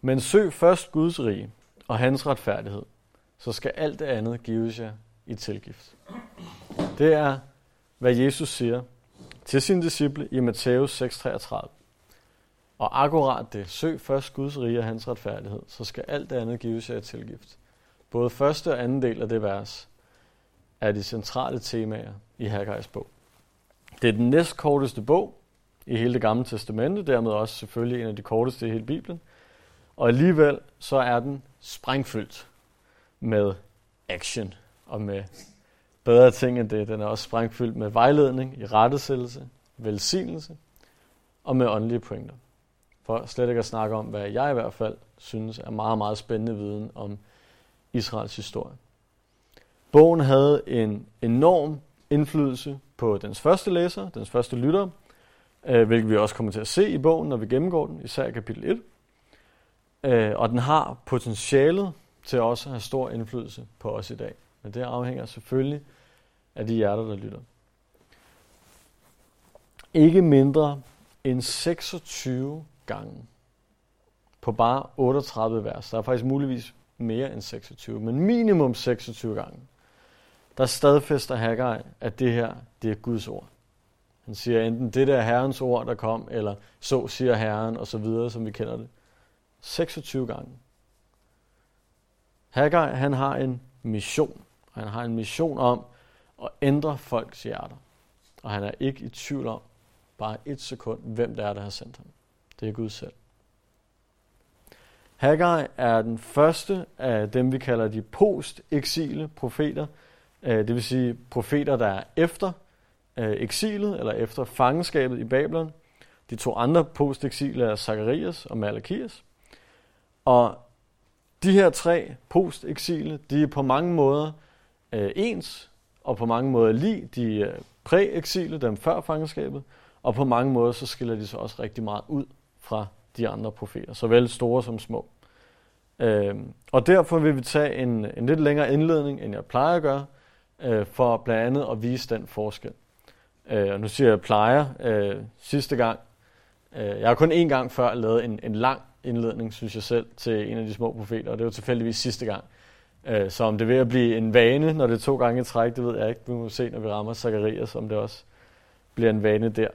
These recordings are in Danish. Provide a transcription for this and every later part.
Men søg først Guds rige og hans retfærdighed, så skal alt det andet gives jer i tilgift. Det er, hvad Jesus siger til sine disciple i Matthæus 6:33. Og akkurat det, søg først Guds rige og hans retfærdighed, så skal alt det andet gives jer i tilgift. Både første og anden del af det vers er de centrale temaer i Haggais bog. Det er den næstkorteste bog i hele det gamle testamente, dermed også selvfølgelig en af de korteste i hele Bibelen. Og alligevel så er den sprængfyldt med action og med bedre ting end det. Den er også sprængfyldt med vejledning, irettesættelse, velsignelse og med åndelige pointer. For slet ikke at snakke om, hvad jeg i hvert fald synes er meget, meget spændende viden om Israels historie. Bogen havde en enorm indflydelse på dens første læser, dens første lyttere, hvilket vi også kommer til at se i bogen, når vi gennemgår den, især kapitel 1. Og den har potentialet til også at have stor indflydelse på os i dag. Men det afhænger selvfølgelig af de hjerter, der lytter. Ikke mindre end 26 gange på bare 38 vers. Der er faktisk muligvis mere end 26, men minimum 26 gange. Der stadfæster Haggai, at det her, det er Guds ord. Han siger enten, det der er Herrens ord, der kom, eller så siger Herren, og så videre, som vi kender det. 26 gange. Haggai, han har en mission. Han har en mission om at ændre folks hjerter. Og han er ikke i tvivl om, bare et sekund, hvem det er, der har sendt ham. Det er Gud selv. Haggai er den første af dem, vi kalder de post-exile profeter. Det vil sige profeter, der er efter eksilet, eller efter fangenskabet i Babylon. De to andre post-exile er Zakarias og Malakias. Og de her tre post-exile, de er på mange måder ens, og på mange måder lig de præ-exile, dem før fangenskabet, og på mange måder så skiller de sig også rigtig meget ud fra de andre profeter, såvel store som små. Og derfor vil vi tage en lidt længere indledning, end jeg plejer at gøre, for blandt andet at vise den forskel. Og nu siger jeg plejer sidste gang. Jeg har kun én gang før lavet en lang indledning, synes jeg selv, til en af de små profeter, og det var tilfældigvis sidste gang. Så om det vil at blive en vane, når det er 2 gange i træk, det ved jeg ikke. Vi må se, når vi rammer Zakarias, om det også bliver en vane der.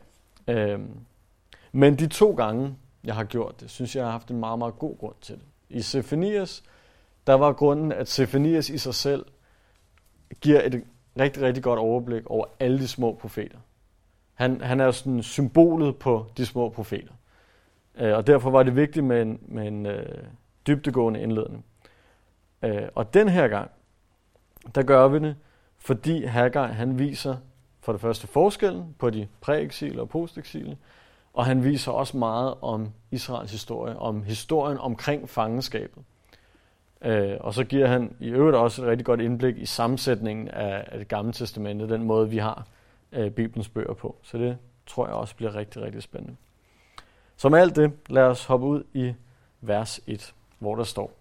Men de 2 gange, jeg har gjort det, synes jeg har haft en meget, meget god grund til det. I Sefanias, der var grunden, at Sefanias i sig selv giver et rigtig, rigtig godt overblik over alle de små profeter. Han er jo sådan symbolet på de små profeter. Og derfor var det vigtigt med en dybdegående indledning. Og den her gang, der gør vi det, fordi Haggai, han viser for det første forskellen på de præ-exile og post-exile, og han viser også meget om Israels historie, om historien omkring fangenskabet. Og så giver han i øvrigt også et rigtig godt indblik i sammensætningen af det gamle testamente, den måde vi har Bibelens bøger på. Så det tror jeg også bliver rigtig, rigtig spændende. Som alt det, lad os hoppe ud i vers 1, hvor der står: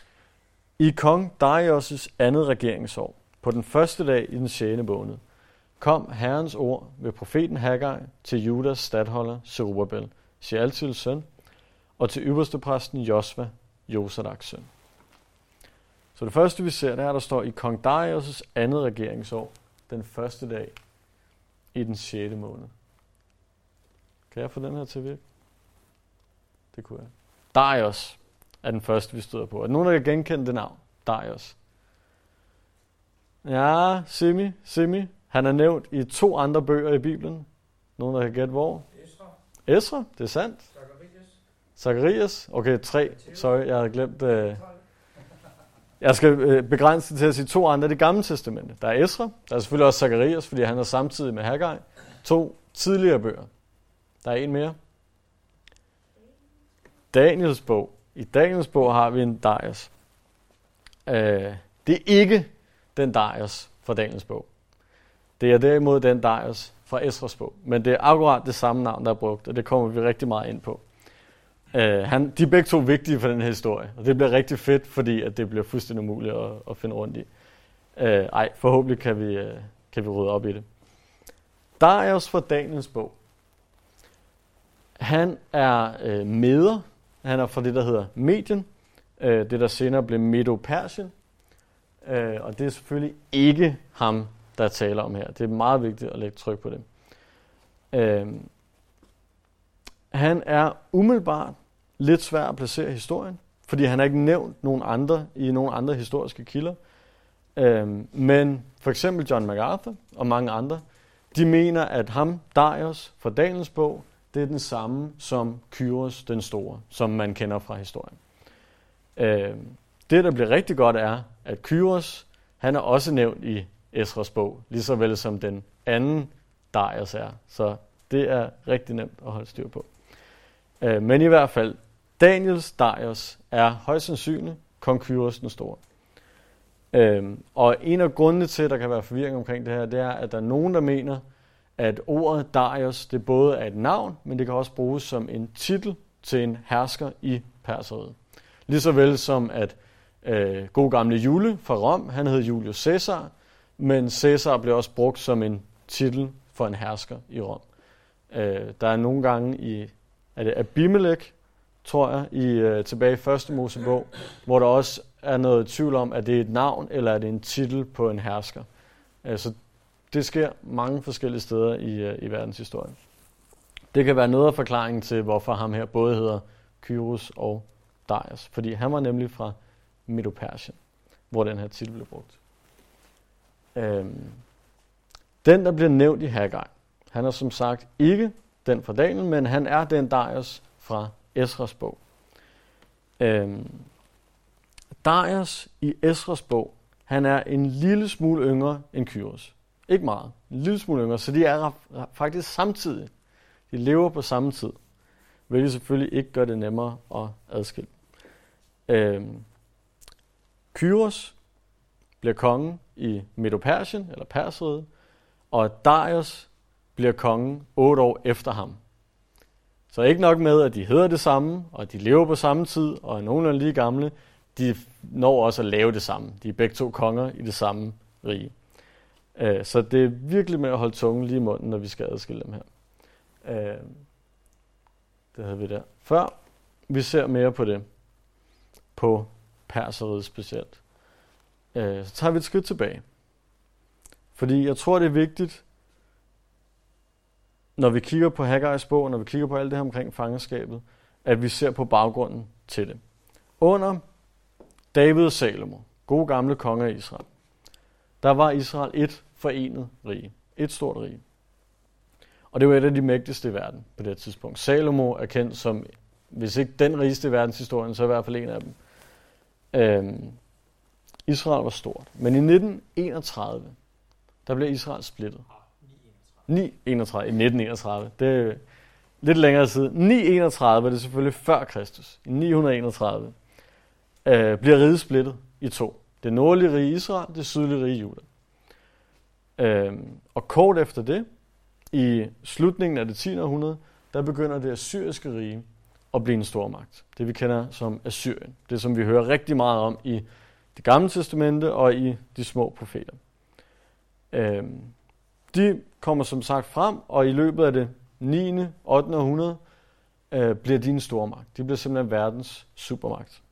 I kong Darius' andet regeringsår, på den første dag i den 6. måned, kom Herrens ord ved profeten Haggai til Judas statholder Zerubbabel, Shealtiels søn, og til øverstepræsten Josva, Josadaks søn. Så det første vi ser, der står i kong Darius' andet regeringsår, den første dag i den 6. måned. Kan jeg få den her til at virke? Det kunne jeg. Darius er den første, vi støder på. Er der nogen, der kan genkende det navn? Darius. Ja, Simi. Han er nævnt i 2 andre bøger i Bibelen. Nogen, der kan gætte hvor? Esra, det er sandt. Zakarias. Okay, 3. Sorry, jeg havde glemt. Jeg skal begrænse det til at sige 2 andre i det gamle testamente. Der er Esra, der er selvfølgelig også Zakarias, fordi han er samtidig med Haggai. 2 tidligere bøger. Der er en mere. Daniels bog. I Daniels bog har vi en Darius. Det er ikke den Darius fra Daniels bog. Det er derimod den Darius fra Esras bog. Men det er akkurat det samme navn, der er brugt, og det kommer vi rigtig meget ind på. De er begge 2 vigtige for den her historie, og det bliver rigtig fedt, fordi at det bliver fuldstændig umuligt at finde rundt i. Forhåbentlig kan vi rydde op i det. Darius fra Daniels bog. Han er meder, Han er fra det, der hedder Medien. Det, der senere blev Medo-Persien. Og det er selvfølgelig ikke ham, der taler om her. Det er meget vigtigt at lægge tryk på det. Han er umiddelbart lidt svær at placere i historien, fordi han er ikke nævnt nogen andre historiske kilder. Men for eksempel John MacArthur og mange andre, de mener, at ham, Darius fra Daniels bog, det er den samme som Kyros den Store, som man kender fra historien. Det, der bliver rigtig godt, er, at Kyros, han er også nævnt i Esdras bog, lige så vel som den anden Darius er. Så det er rigtig nemt at holde styr på. Men i hvert fald, Daniels Darius er højst sandsynligt kong Kyros den Store. Og en af grundene til, at der kan være forvirring omkring det her, det er, at der er nogen, der mener, at ordet Darius, det både er et navn, men det kan også bruges som en titel til en hersker i Perseriet. Lige så vel som at god gamle Jule fra Rom, han hed Julius Caesar, men Caesar blev også brugt som en titel for en hersker i Rom. Der er nogle gange i Abimelech, tror jeg, tilbage i 1. Mosebog, hvor der også er noget tvivl om, at det er et navn, eller er det en titel på en hersker. Så det sker mange forskellige steder i verdenshistorien. Det kan være noget af forklaringen til, hvorfor ham her både hedder Kyros og Darius, fordi han var nemlig fra Medo-Persien, hvor den her titel blev brugt. Den, der bliver nævnt i Haggai, han er som sagt ikke den fra Daniel, men han er den Darius fra Esdras bog. Darius i Esdras bog, han er en lille smule yngre end Kyros. Ikke meget, en lille smule yngre, så de er faktisk samtidig. De lever på samme tid, hvilket selvfølgelig ikke gør det nemmere at adskille. Kyros bliver konge i Medo-Persien, eller Perseriet, og Darius bliver konge 8 år efter ham. Så ikke nok med, at de hedder det samme, og de lever på samme tid, og er nogenlunde lige gamle, de når også at lave det samme. De er begge to konger i det samme rige. Så det er virkelig med at holde tungen lige i munden, når vi skal adskille dem her. Det havde vi der før. Vi ser mere på det, på Perseriet specielt. Så tager vi et skridt tilbage. Fordi jeg tror, det er vigtigt, når vi kigger på Haggais bog, når vi kigger på alt det her omkring fangenskabet, at vi ser på baggrunden til det. Under David og Salomo, gode gamle konger i Israel, der var Israel et forenet rige. Et stort rige. Og det var et af de mægtigste i verden på det tidspunkt. Salomo er kendt som, hvis ikke den rigeste i verdenshistorien, så i hvert fald en af dem. Israel var stort. Men i 1931, der blev Israel splittet. 1931. Det er lidt længere siden. 931 er det selvfølgelig før Kristus. I 931 bliver riget splittet i to. Det nordlige rige Israel, det sydlige rige Juda. Og kort efter det, i slutningen af det 10. århundrede, der begynder det assyriske rige at blive en stormagt. Det vi kender som Assyrien. Det som vi hører rigtig meget om i Det Gamle Testamente og i de små profeter. De kommer som sagt frem, og i løbet af det 9. 8. århundrede bliver de en stormagt. De bliver simpelthen verdens supermagt.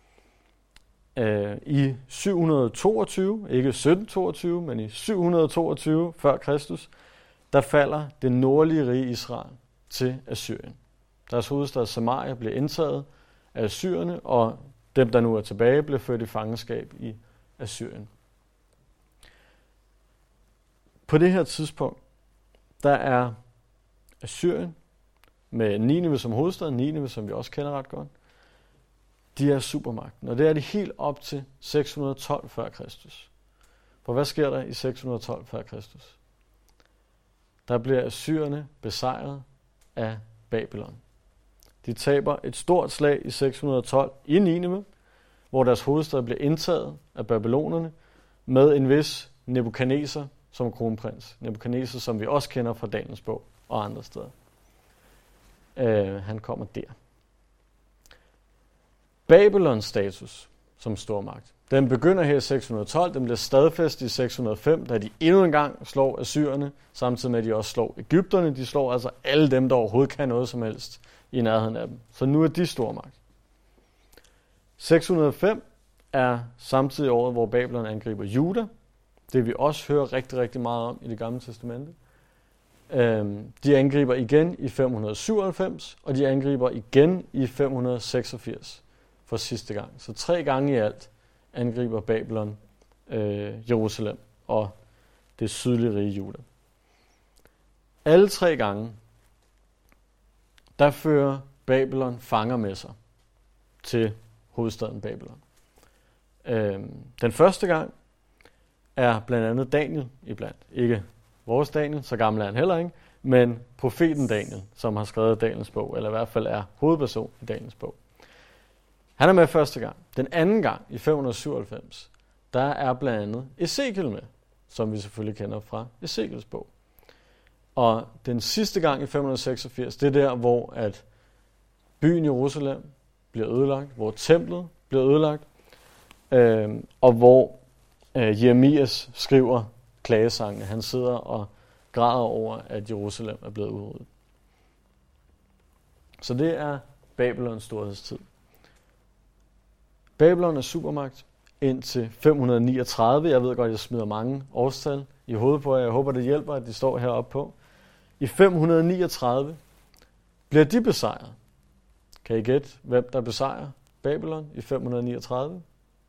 I 722, ikke 1722, men i 722 før Kristus, der falder det nordlige rige Israel til Assyrien. Deres hovedstad Samaria bliver indtaget af assyrerne, og dem, der nu er tilbage, bliver ført i fangenskab i Assyrien. På det her tidspunkt, der er Assyrien med Nineve som hovedstad, Nineve som vi også kender ret godt, de er supermagten, og det er de helt op til 612 før Kristus. For hvad sker der i 612 før Kristus? Der bliver assyrerne besejret af Babylon. De taber et stort slag i 612 i Nineve, hvor deres hovedstad bliver indtaget af babylonerne med en vis Nebukadneser som kronprins. Nebukadneser, som vi også kender fra Daniels bog og andre steder. Han kommer der. Babylons status som stormagt, den begynder her i 612, den bliver stadfæstet i 605, da de endnu en gang slår assyrerne, samtidig med at de også slår egypterne. De slår altså alle dem, der overhovedet kan noget som helst i nærheden af dem. Så nu er de stormagt. 605 er samtidig året, hvor Babylon angriber Juda. Det vi også hører rigtig, rigtig meget om i Det Gamle Testamente. De angriber igen i 597, og de angriber igen i 586 for sidste gang. Så 3 gange i alt angriber Babylon Jerusalem og det sydlige rige Juda. Alle 3 gange, der fører Babylon fanger med sig til hovedstaden Babylon. Den første gang er blandt andet Daniel iblandt. Ikke vores Daniel, så gammel er han heller ikke, men profeten Daniel, som har skrevet Daniels bog, eller i hvert fald er hovedperson i Daniels bog. Han er med første gang. Den anden gang, i 597, der er blandt andet Ezekiel med, som vi selvfølgelig kender fra Ezekiels bog. Og den sidste gang i 586, det er der, hvor at byen Jerusalem bliver ødelagt, hvor templet bliver ødelagt, og hvor Jeremias skriver klagesangene. Han sidder og græder over, at Jerusalem er blevet udryddet. Så det er Babylons storhedstid. Babylon er supermagt indtil 539. Jeg ved godt, jeg smider mange årstal i hovedet på jer. Jeg håber, det hjælper, at de står heroppe på. I 539 bliver de besejret. Kan I gætte, hvem der besejrer Babylon i 539?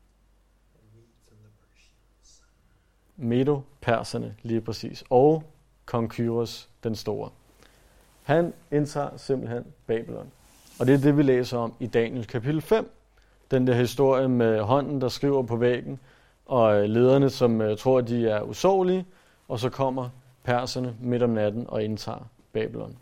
Medo-perserne, lige præcis. Og kong Kyros den store. Han indtager simpelthen Babylon. Og det er det, vi læser om i Daniel kapitel 5. Den der historie med hånden, der skriver på væggen, og lederne, som tror, at de er usårlige, og så kommer perserne midt om natten og indtager Babylon.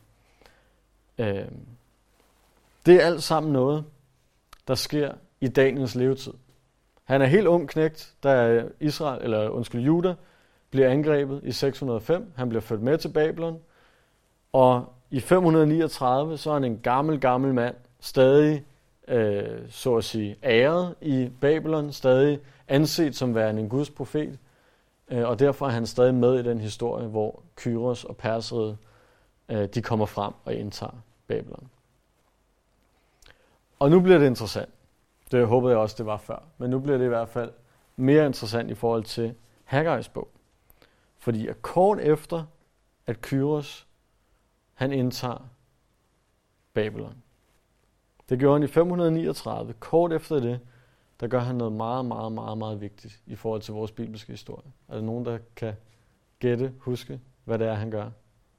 Det er alt sammen noget, der sker i Daniels levetid. Han er helt ung knægt, da Juda bliver angrebet i 605. Han bliver ført med til Babylon. Og i 539, så er han en gammel mand, stadig, så at sige, æret i Babylon, stadig anset som værende en Guds profet. Og derfor er han stadig med i den historie, hvor Kyros og Perseriget, de kommer frem og indtager Babylon. Og nu bliver det interessant. Det håbede jeg også, det var før. Men nu bliver det i hvert fald mere interessant i forhold til Haggais bog. Fordi kort efter, at Kyros, han indtager Babylon. Det gjorde han i 539. Kort efter det, der gør han noget meget vigtigt i forhold til vores bibelske historie. Er der nogen, der kan gætte, huske, hvad det er, han gør?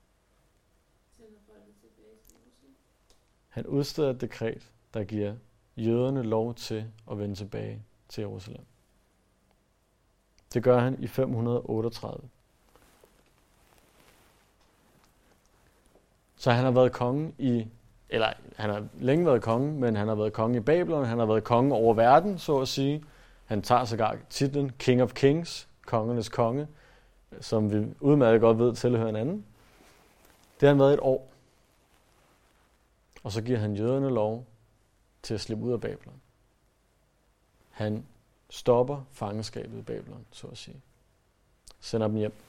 Han udsteder et dekret, der giver jøderne lov til at vende tilbage til Jerusalem. Det gør han i 538. Så han har været konge han har længe været konge, men han har været konge i Babylon, han har været konge over verden, så at sige. Han tager sågar titlen King of Kings, kongernes konge, som vi udmærket godt ved tilhører en anden. Det har han været et år. Og så giver han jøderne lov til at slippe ud af Babylon. Han stopper fangenskabet i Babylon, så at sige. Sender dem hjem.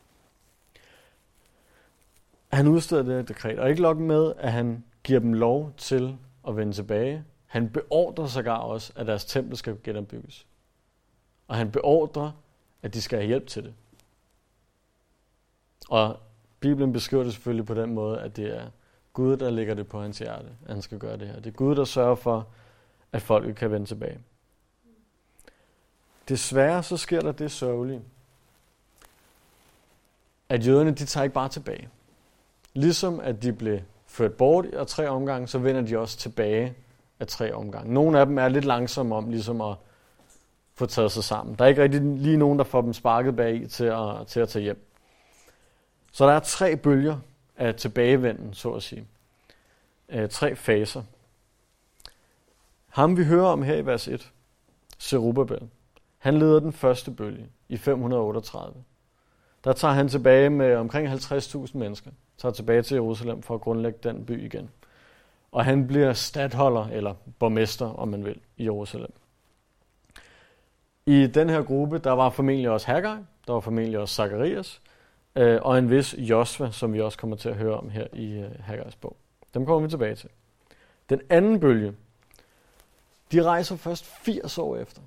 Han udsteder det dekret, og ikke nok med, at han giver dem lov til at vende tilbage. Han beordrer sågar også, at deres tempel skal genopbygges. Og han beordrer, at de skal have hjælp til det. Og Bibelen beskriver det selvfølgelig på den måde, at det er Gud, der lægger det på hans hjerte, at han skal gøre det her. Det er Gud, der sørger for, at folket kan vende tilbage. Desværre så sker der det sørgelige, at jøderne, de tager ikke bare tilbage. Ligesom at de blev ført bort af 3 omgange, så vender de også tilbage af 3 omgange. Nogle af dem er lidt langsomme om ligesom at få taget sig sammen. Der er ikke rigtig lige nogen, der får dem sparket bag til at tage hjem. Så der er 3 bølger af tilbagevenden, så at sige. 3 faser. Ham vi hører om her i vers 1, Zerubbabel, han leder den første bølge i 538. Der tager han tilbage med omkring 50.000 mennesker, tager tilbage til Jerusalem for at grundlægge den by igen. Og han bliver stadholder, eller borgmester, om man vil, i Jerusalem. I den her gruppe, der var formentlig også Haggai, der var formentlig også Zacharias, og en vis Josva, som vi også kommer til at høre om her i Haggais bog. Dem kommer vi tilbage til. Den anden bølge, De rejser først 80 år efter.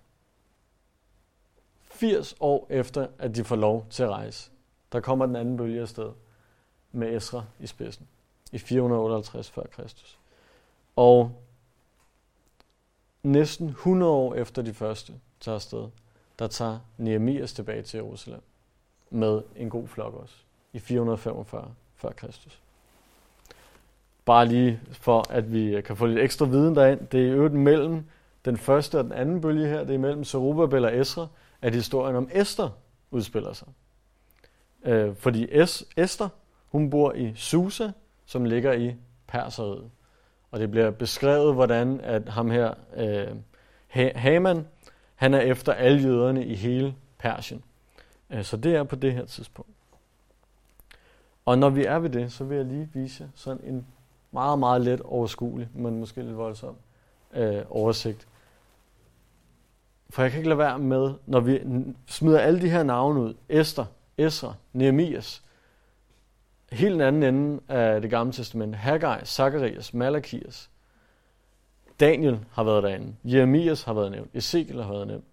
80 år efter, at de får lov til at rejse. Der kommer den anden bølge afsted med Esra i spidsen i 458 før Kristus. Og næsten 100 år efter de første tager afsted, der tager Nehemias tilbage til Jerusalem med en god flok også i 445 før Kristus. Bare lige for, at vi kan få lidt ekstra viden derind. Det er i øvrigt mellem den første og den anden bølge her, det er mellem Zerubbabel og Esra, at historien om Ester udspiller sig. Fordi Ester, hun bor i Susa, som ligger i Perseriet. Og det bliver beskrevet, hvordan at ham her, Haman, han er efter alle jøderne i hele Persien. Så det er på det her tidspunkt. Og når vi er ved det, så vil jeg lige vise sådan en meget, meget let overskuelig, men måske lidt voldsom oversigt. For jeg kan ikke lade være med, når vi smider alle de her navne ud, Ester, Esra, Nehemias, helt den anden ende af det gamle testament, Haggai, Zakarias, Malakias, Daniel har været derinde, Jeremias har været nævnt, Ezekiel har været nævnt.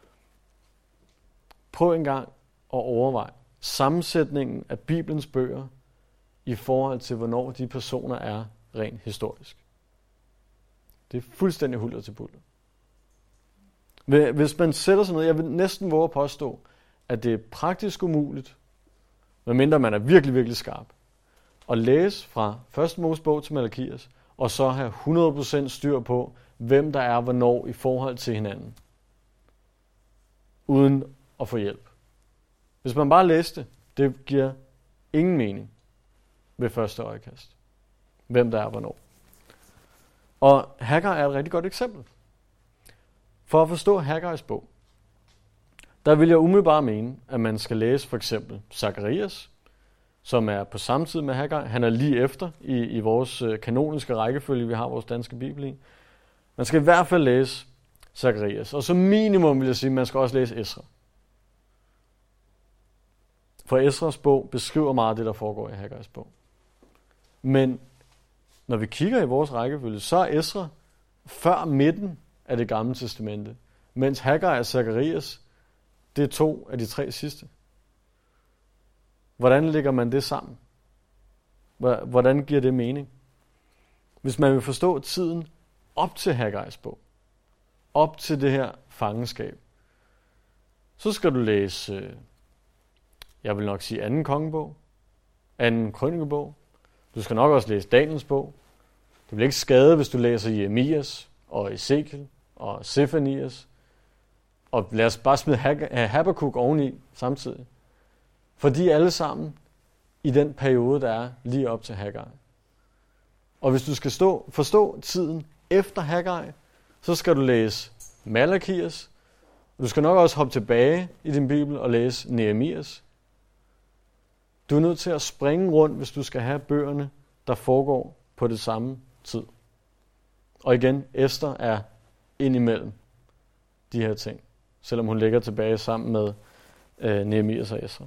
Prøv en gang at overveje sammensætningen af Bibelens bøger i forhold til, hvornår de personer er rent historisk. Det er fuldstændig hulter til buller. Hvis man sætter sig ned, jeg vil næsten våge at påstå, at det er praktisk umuligt, medmindre man er virkelig, virkelig skarp, at læse fra 1. Mosebog til Malakias, og så have 100% styr på, hvem der er hvornår i forhold til hinanden, uden at få hjælp. Hvis man bare læste det giver ingen mening ved første øjekast, hvem der er hvornår. Og Haggai er et rigtig godt eksempel. For at forstå Haggais bog, der vil jeg umiddelbart mene, at man skal læse for eksempel Zakarias, som er på samme tid med Haggai. Han er lige efter i vores kanoniske rækkefølge, vi har vores danske bibel i. Man skal i hvert fald læse Zakarias. Og som minimum vil jeg sige, at man skal også læse Esra. For Esras bog beskriver meget af det, der foregår i Haggais bog. Men når vi kigger i vores rækkefølge, så er Esra før midten af det gamle testamente, mens Haggai og Zakarias, det er 2 af de 3 sidste. Hvordan lægger man det sammen? Hvordan giver det mening? Hvis man vil forstå tiden op til Haggais bog, op til det her fangenskab, så skal du læse, jeg vil nok sige 2. kongebog, 2. krønikebog. Du skal nok også læse Daniels bog. Det vil ikke skade, hvis du læser Jeremias og Ezekiel og Sefanias. Og lad os bare smide Habakuk oveni samtidig. For de er alle sammen i den periode, der er lige op til Haggai. Og hvis du skal forstå tiden efter Haggai, så skal du læse Malakias. Du skal nok også hoppe tilbage i din bibel og læse Nehemias. Du er nødt til at springe rundt, hvis du skal have bøgerne, der foregår på det samme tid. Og igen, Ester er indimellem de her ting, selvom hun ligger tilbage sammen med Nehemias og Esra.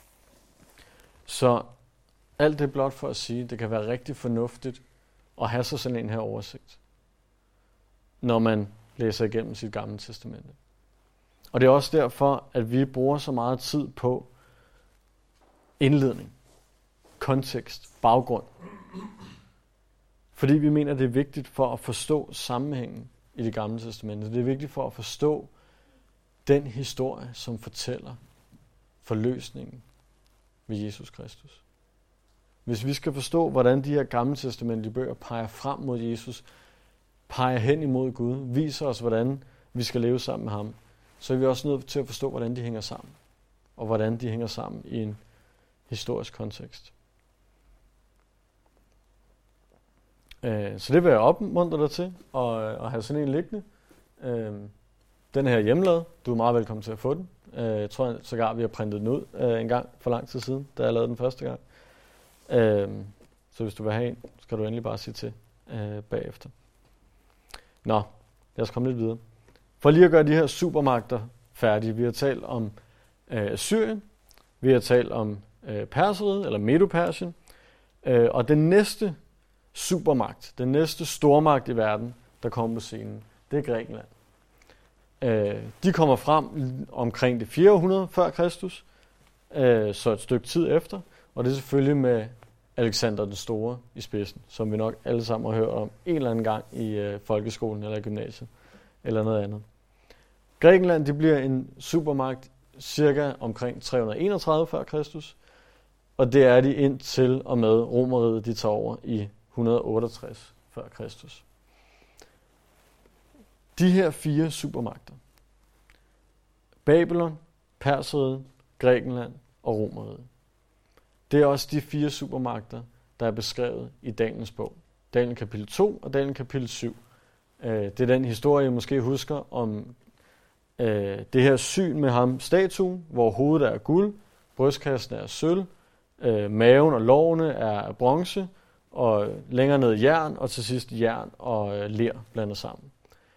Så alt det blot for at sige, det kan være rigtig fornuftigt at have sådan en her oversigt, når man læser igennem sit gamle testamente. Og det er også derfor, at vi bruger så meget tid på indledning, kontekst, baggrund. Fordi vi mener, det er vigtigt for at forstå sammenhængen i det gamle testamente. Det er vigtigt for at forstå den historie, som fortæller forløsningen ved Jesus Kristus. Hvis vi skal forstå, hvordan de her gamle testamentlige bøger peger frem mod Jesus, peger hen imod Gud, viser os, hvordan vi skal leve sammen med ham, så er vi også nødt til at forstå, hvordan de hænger sammen. Og hvordan de hænger sammen i en historisk kontekst. Så det vil jeg opmuntre dig til at have sådan en liggende. Den her hjemmelavet. Du er meget velkommen til at få den. Jeg tror sågar, vi har printet den ud en gang for lang tid siden, da jeg lavede den første gang. Så hvis du vil have en, skal du endelig bare sige til bagefter. Nå, lad os komme lidt videre. For lige at gøre de her supermagter færdige. Vi har talt om Syrien. Vi har talt om Perseriet, eller Medo-Persien. Og den næste supermagt, den næste stormagt i verden, der kommer på scenen, det er Grækenland. De kommer frem omkring det 4. århundrede før Kristus, så et stykke tid efter, og det er selvfølgelig med Alexander den Store i spidsen, som vi nok alle sammen har hørt om en eller anden gang i folkeskolen eller gymnasiet eller noget andet. Grækenland, det bliver en supermagt cirka omkring 331 før Kristus, og det er de indtil og med Romeriet, de tager over i 168 før Kristus. De her 4 supermagter, Babylon, Perseriget, Grækenland og Romeriet, det er også de 4 supermagter, der er beskrevet i Daniels bog. Daniel kapitel 2 og Daniel kapitel 7. Det er den historie, jeg måske husker om det her syn med ham, statuen, hvor hovedet er guld, brystkassen er sølv, maven og lårene er bronze, og længere ned jern, og til sidst jern og ler blandet sammen.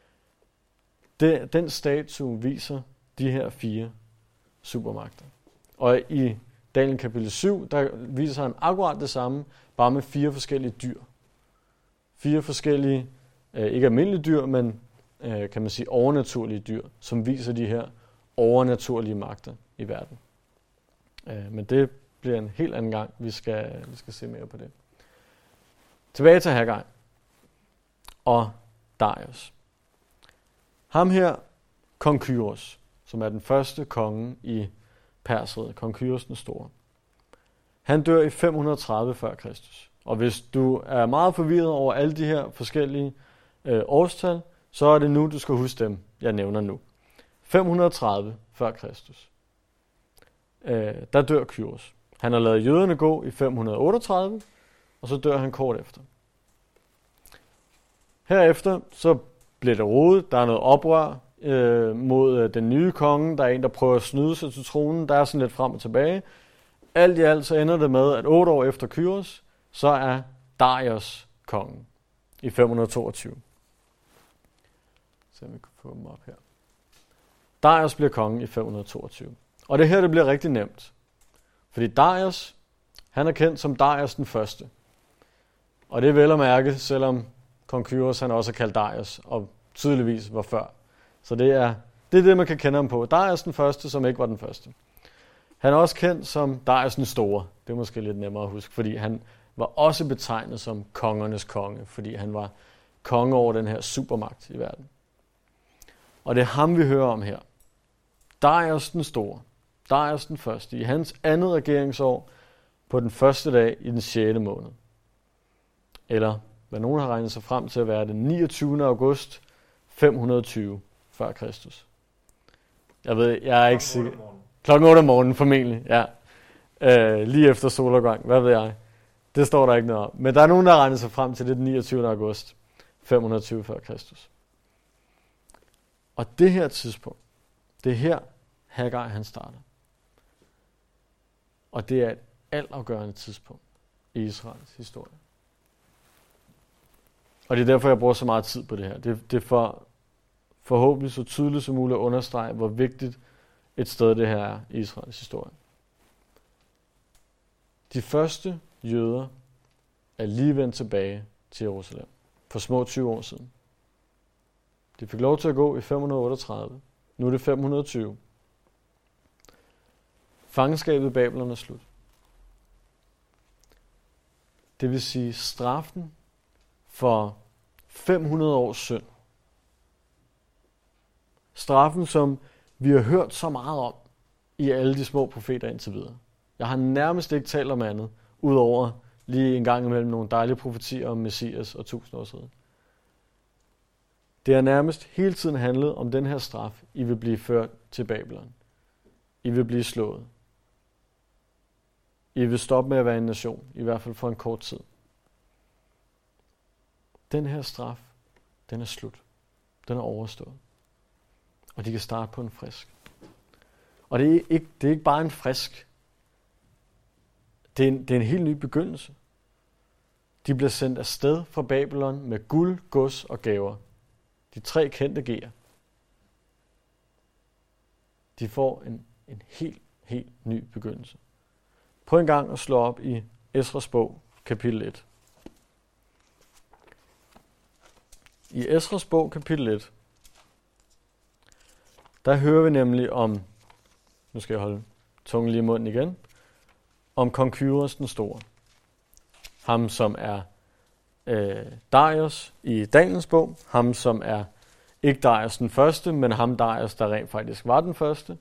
Den statue viser de her 4 supermagter. Og i Daniel kapitel 7, der viser han akkurat det samme, bare med 4 forskellige dyr. 4 forskellige, ikke almindelige dyr, men kan man sige overnaturlige dyr, som viser de her overnaturlige magter i verden. Men det bliver en helt anden gang, vi skal se mere på det. Tilbage til Haggai og Darius. Ham her, kong Kyros, som er den første konge i Perseriet, kong Kyros den Store. Han dør i 530 før Kristus. Og hvis du er meget forvirret over alle de her forskellige årstal, så er det nu, du skal huske dem, jeg nævner nu. 530 før Kristus. Der dør Kyros. Han har ladet jøderne gå i 538, og så dør han kort efter. Herefter så bliver det rodet. Der er noget oprør mod den nye konge. Der er en, der prøver at snyde sig til tronen. Der er sådan lidt frem og tilbage. Alt i alt så ender det med, at 8 år efter Kyros, så er Darius kongen i 522. Så vi kan få dem op her. Darius bliver konge i 522. Og det her, det bliver rigtig nemt. Fordi Darius, han er kendt som Darius den første. Og det er vel at mærke, selvom kong Kyros, han også er kaldt Darius, og tydeligvis var før. Så det er det, man kan kende ham på. Darius den første, som ikke var den første. Han er også kendt som Darius den Store. Det er måske lidt nemmere at huske, fordi han var også betegnet som kongernes konge, fordi han var konge over den her supermagt i verden. Og det er ham, vi hører om her. Darius den Store. Darius den første. I hans andet regeringsår på den første dag i den 6. måned. Eller hvad nogen har regnet sig frem til at være den 29. august 520 før Kristus. Jeg er ikke sikker. Klokken 8 om morgenen formentlig, ja. Lige efter solopgang, hvad ved jeg. Det står der ikke noget om. Men der er nogen, der har regnet sig frem til det den 29. august 520 før Kristus. Og det her tidspunkt, det er her Haggai han starter. Og det er et altafgørende tidspunkt i Israels historie. Og det er derfor, jeg bruger så meget tid på det her. Det er for forhåbentlig så tydeligt som muligt at understrege, hvor vigtigt et sted det her er i Israels historie. De første jøder er lige vendt tilbage til Jerusalem for små 20 år siden. De fik lov til at gå i 538. Nu er det 520. Fangenskabet i Babylon er slut. Det vil sige straffen for 500 års synd. Straffen, som vi har hørt så meget om i alle de små profeter indtil videre. Jeg har nærmest ikke talt om andet, udover lige en gang imellem nogle dejlige profetier om Messias og 1000 års rige. Det har nærmest hele tiden handlet om den her straf. I vil blive ført til Babylon. I vil blive slået. I vil stoppe med at være en nation, i hvert fald for en kort tid. Den her straf, den er slut. Den er overstået. Og de kan starte på en frisk. Og det er ikke bare en frisk. Det er en helt ny begyndelse. De bliver sendt afsted fra Babylon med guld, gods og gaver. De 3 kendte G'er. De får en helt ny begyndelse. Prøv en gang at slå op i Esras bog, kapitel 1. I Esras bog, kapitel 1, der hører vi nemlig om, nu skal jeg holde tungen lige i munden igen, om kong Kyros den store. Ham, som er Darius i Daniels bog. Ham, som er ikke Darius den første, men ham Darius, der rent faktisk var den første.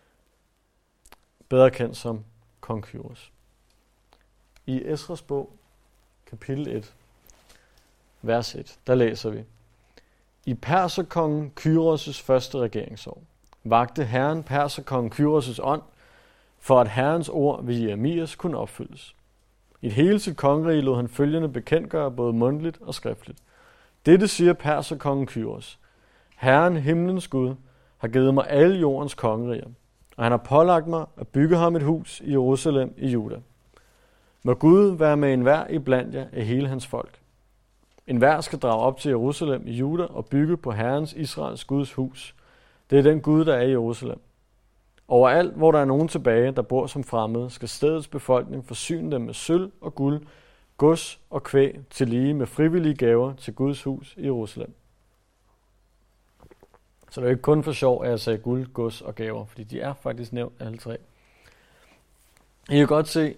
Bedre kendt som kong Kyros. I Esras bog, kapitel 1, vers 1, der læser vi: I perserkongen Kyros' første regeringsår vagte Herren perserkongen Kyros' ånd, for at Herrens ord ved Jeremias kunne opfyldes. I et hele sit kongerige lod han følgende bekendtgøre både mundtligt og skriftligt. Dette siger perserkongen Kyros: Herren, himlens Gud, har givet mig alle jordens kongeriger, og han har pålagt mig at bygge ham et hus i Jerusalem i Juda. Må Gud være med enhver iblandt jer af hele hans folk. Enhver skal drage op til Jerusalem i Juda og bygge på Herrens Israels Guds hus. Det er den Gud, der er i Jerusalem. Overalt, hvor der er nogen tilbage, der bor som fremmede, skal stedets befolkning forsyne dem med sølv og guld, gods og kvæg, til lige med frivillige gaver til Guds hus i Jerusalem. Så det er ikke kun for sjov, at jeg sagde guld, gods og gaver, fordi de er faktisk nævnt alle tre. I kan godt se,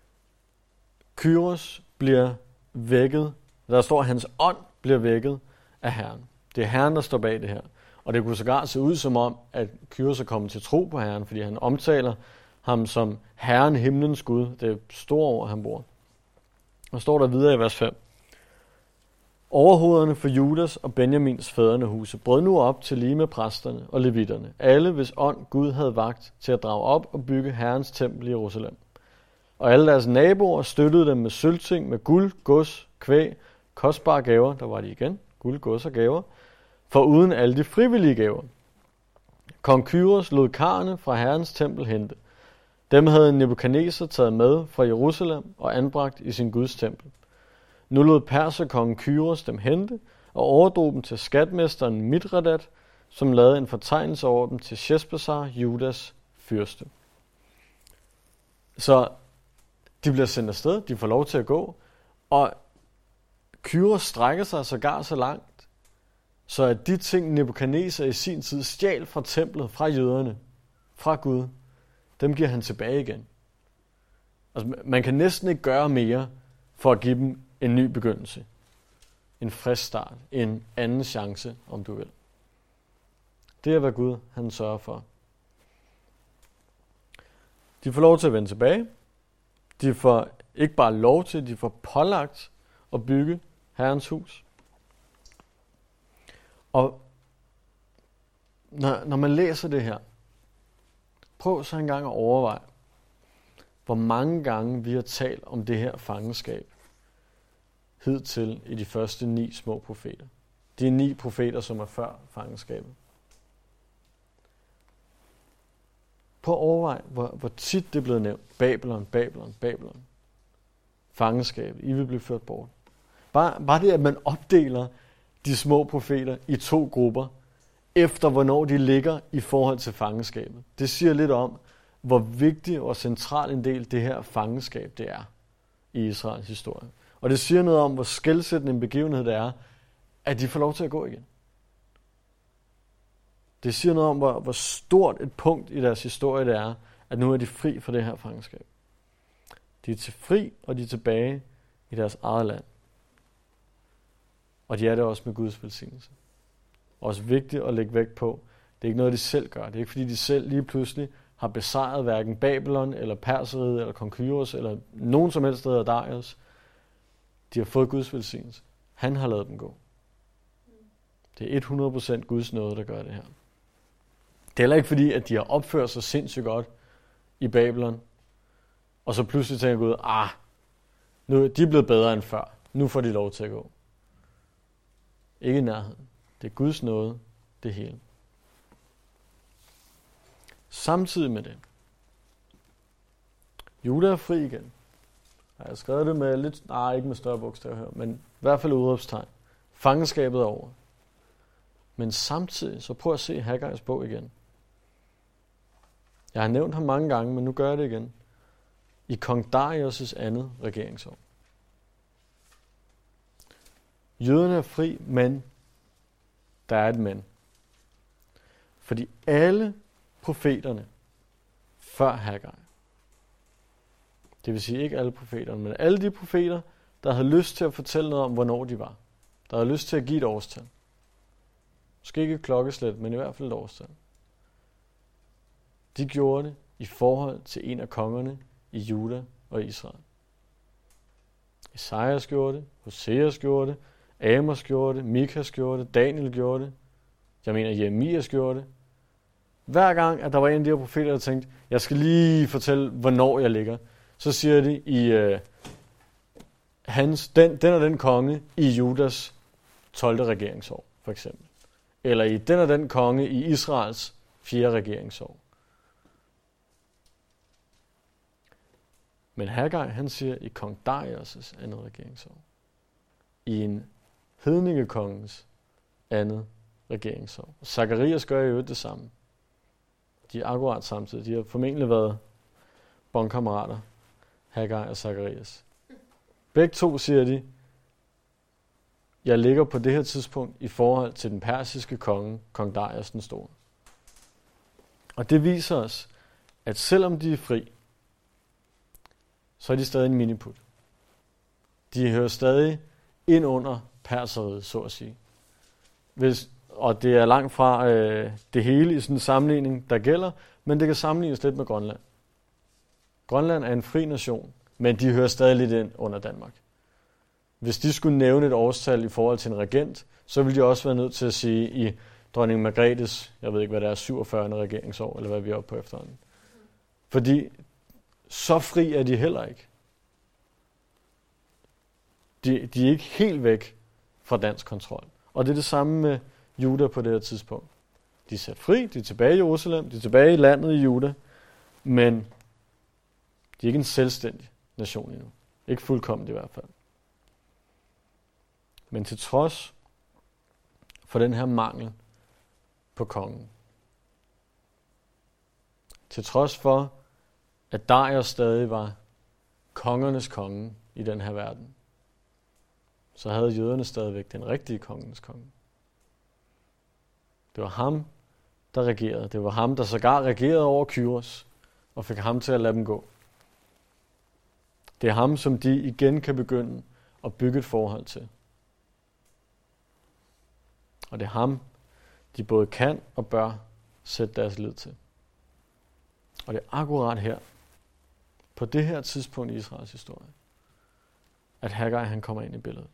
Kyros bliver vækket. Der står, at hans ånd bliver vækket af Herren. Det er Herren, der står bag det her. Og det kunne sågar se ud som om, at Kyros er kommet til tro på Herren, fordi han omtaler ham som Herren, himlens Gud. Det er store ord, han bruger. Og står der videre i vers 5. Overhovederne for Judas og Benjamins fædrene huse brød nu op til lige med præsterne og levitterne, alle hvis ånd Gud havde vagt til at drage op og bygge Herrens tempel i Jerusalem. Og alle deres naboer støttede dem med sølvting, med guld, gods, kvæg, kostbare gaver, der var de igen, guld, gods og gaver, for uden alle de frivillige gaver. Kong Kyros lod karrene fra Herrens tempel hente. Dem havde Nebukadneser taget med fra Jerusalem og anbragt i sin Guds tempel. Nu lod perserkongen Kyros dem hente og overdrog dem til skatmesteren Mithredat, som lavede en fortegnelse over dem til Sheshbazzar, Judas fyrste. Så de bliver sendt afsted, de får lov til at gå, og Kyros strækker sig sågar så langt, så at de ting, Nebukadneser i sin tid stjal fra templet, fra jøderne, fra Gud, dem giver han tilbage igen. Altså, man kan næsten ikke gøre mere for at give dem en ny begyndelse. En frisk start. En anden chance, om du vil. Det er, hvad Gud han sørger for. De får lov til at vende tilbage. De får ikke bare lov til, de får pålagt at bygge Herrens hus. Og når man læser det her, prøv så engang at overveje, hvor mange gange vi har talt om det her fangenskab hidtil i de første 9 små profeter. De 9 profeter, som er før fangenskabet. Prøv at overveje, hvor tit det er blevet nævnt. Babylon, Babylon, Babylon. Fangenskabet. I vil blive ført bort. Bare det, at man opdeler de små profeter i 2 grupper, efter hvornår de ligger i forhold til fangenskabet. Det siger lidt om, hvor vigtig og central en del det her fangenskab det er i Israels historie. Og det siger noget om, hvor skelsættende en begivenhed det er, at de får lov til at gå igen. Det siger noget om, hvor stort et punkt i deres historie det er, at nu er de fri fra det her fangenskab. De er til fri, og de er tilbage i deres eget land. Og de er det også med Guds velsignelse. Også vigtigt at lægge vægt på, det er ikke noget, de selv gør. Det er ikke fordi, de selv lige pludselig har besejret hverken Babylon, eller Perseriet, eller kong Kyros, eller nogen som helst sted af Darius. De har fået Guds velsignelse. Han har ladet dem gå. Det er 100% Guds nåde, der gør det her. Det er heller ikke fordi, at de har opført sig sindssygt godt i Babylon, og så pludselig tænker Gud, nu er de blevet bedre end før. Nu får de lov til at gå. Ikke i nærheden. Det er Guds nåde, det hele. Samtidig med det. Juda er fri igen. Jeg har skrevet det med lidt, ikke med større bogstaver her, men i hvert fald udråbstegn. Fangenskabet er over. Men samtidig, så prøv at se Haggais bog igen. Jeg har nævnt ham mange gange, men nu gør jeg det igen. I kong Darius' andet regeringsår. Jøderne er fri, men der er et men. Fordi alle profeterne før Haggai, det vil sige ikke alle profeterne, men alle de profeter, der havde lyst til at fortælle noget om, hvornår de var. Der havde lyst til at give et årstal. Måske ikke et klokkeslæt, men i hvert fald et årstal. De gjorde det i forhold til en af kongerne i Juda og Israel. Esajas gjorde det, Hoseas gjorde det, Amos gjorde det, Mikas gjorde det, Daniel gjorde det. Jeg mener, Jeremias gjorde det. Hver gang, at der var en af de her profeter, der tænkte, jeg skal lige fortælle, hvornår jeg ligger, så siger de i den og den konge i Judas 12. regeringsår, for eksempel. Eller i den og den konge i Israels 4. regeringsår. Men Haggai, han siger i kong Darius' 2. regeringsår. I en hedningekongens 2. regeringsår. Og Zakarias gør jo det samme. De er akkurat samtidig. De har formentlig været bondkammerater, Haggai og Zakarias. Begge to siger de, jeg ligger på det her tidspunkt i forhold til den persiske konge, kong Darius den Store. Og det viser os, at selvom de er fri, så er de stadig en miniput. De hører stadig ind under perseriet, så at sige. Og det er langt fra det hele i sådan en sammenligning, der gælder, men det kan sammenlignes lidt med Grønland. Grønland er en fri nation, men de hører stadig lidt ind under Danmark. Hvis de skulle nævne et årstal i forhold til en regent, så ville de også være nødt til at sige i dronning Margrethes, jeg ved ikke hvad det er, 47. regeringsår, eller hvad vi er oppe på efterhånden. Fordi så fri er de heller ikke. De er ikke helt væk fra dansk kontrol. Og det er det samme med Juda på det her tidspunkt. De er sat fri, de er tilbage i Jerusalem, de er tilbage i landet i Juda, men de er ikke en selvstændig nation endnu. Ikke fuldkommen i hvert fald. Men til trods for den her mangel på kongen, til trods for, at Darius stadig var kongernes konge i den her verden, så havde jøderne stadigvæk den rigtige kongens konge. Det var ham, der regerede. Det var ham, der sågar regerede over Kyros og fik ham til at lade dem gå. Det er ham, som de igen kan begynde at bygge et forhold til. Og det er ham, de både kan og bør sætte deres lid til. Og det er akkurat her, på det her tidspunkt i Israels historie, at Haggai han kommer ind i billedet.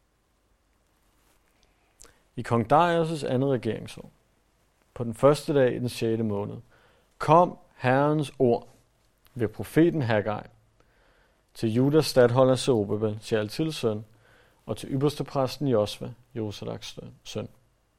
I kong Darius' 2. regeringsår, på den første dag i den 6. måned, kom Herrens ord ved profeten Haggai til Judas stadholder Zerubabel, Shealtiels søn, og til ypperstepræsten Josva, Josadaks søn.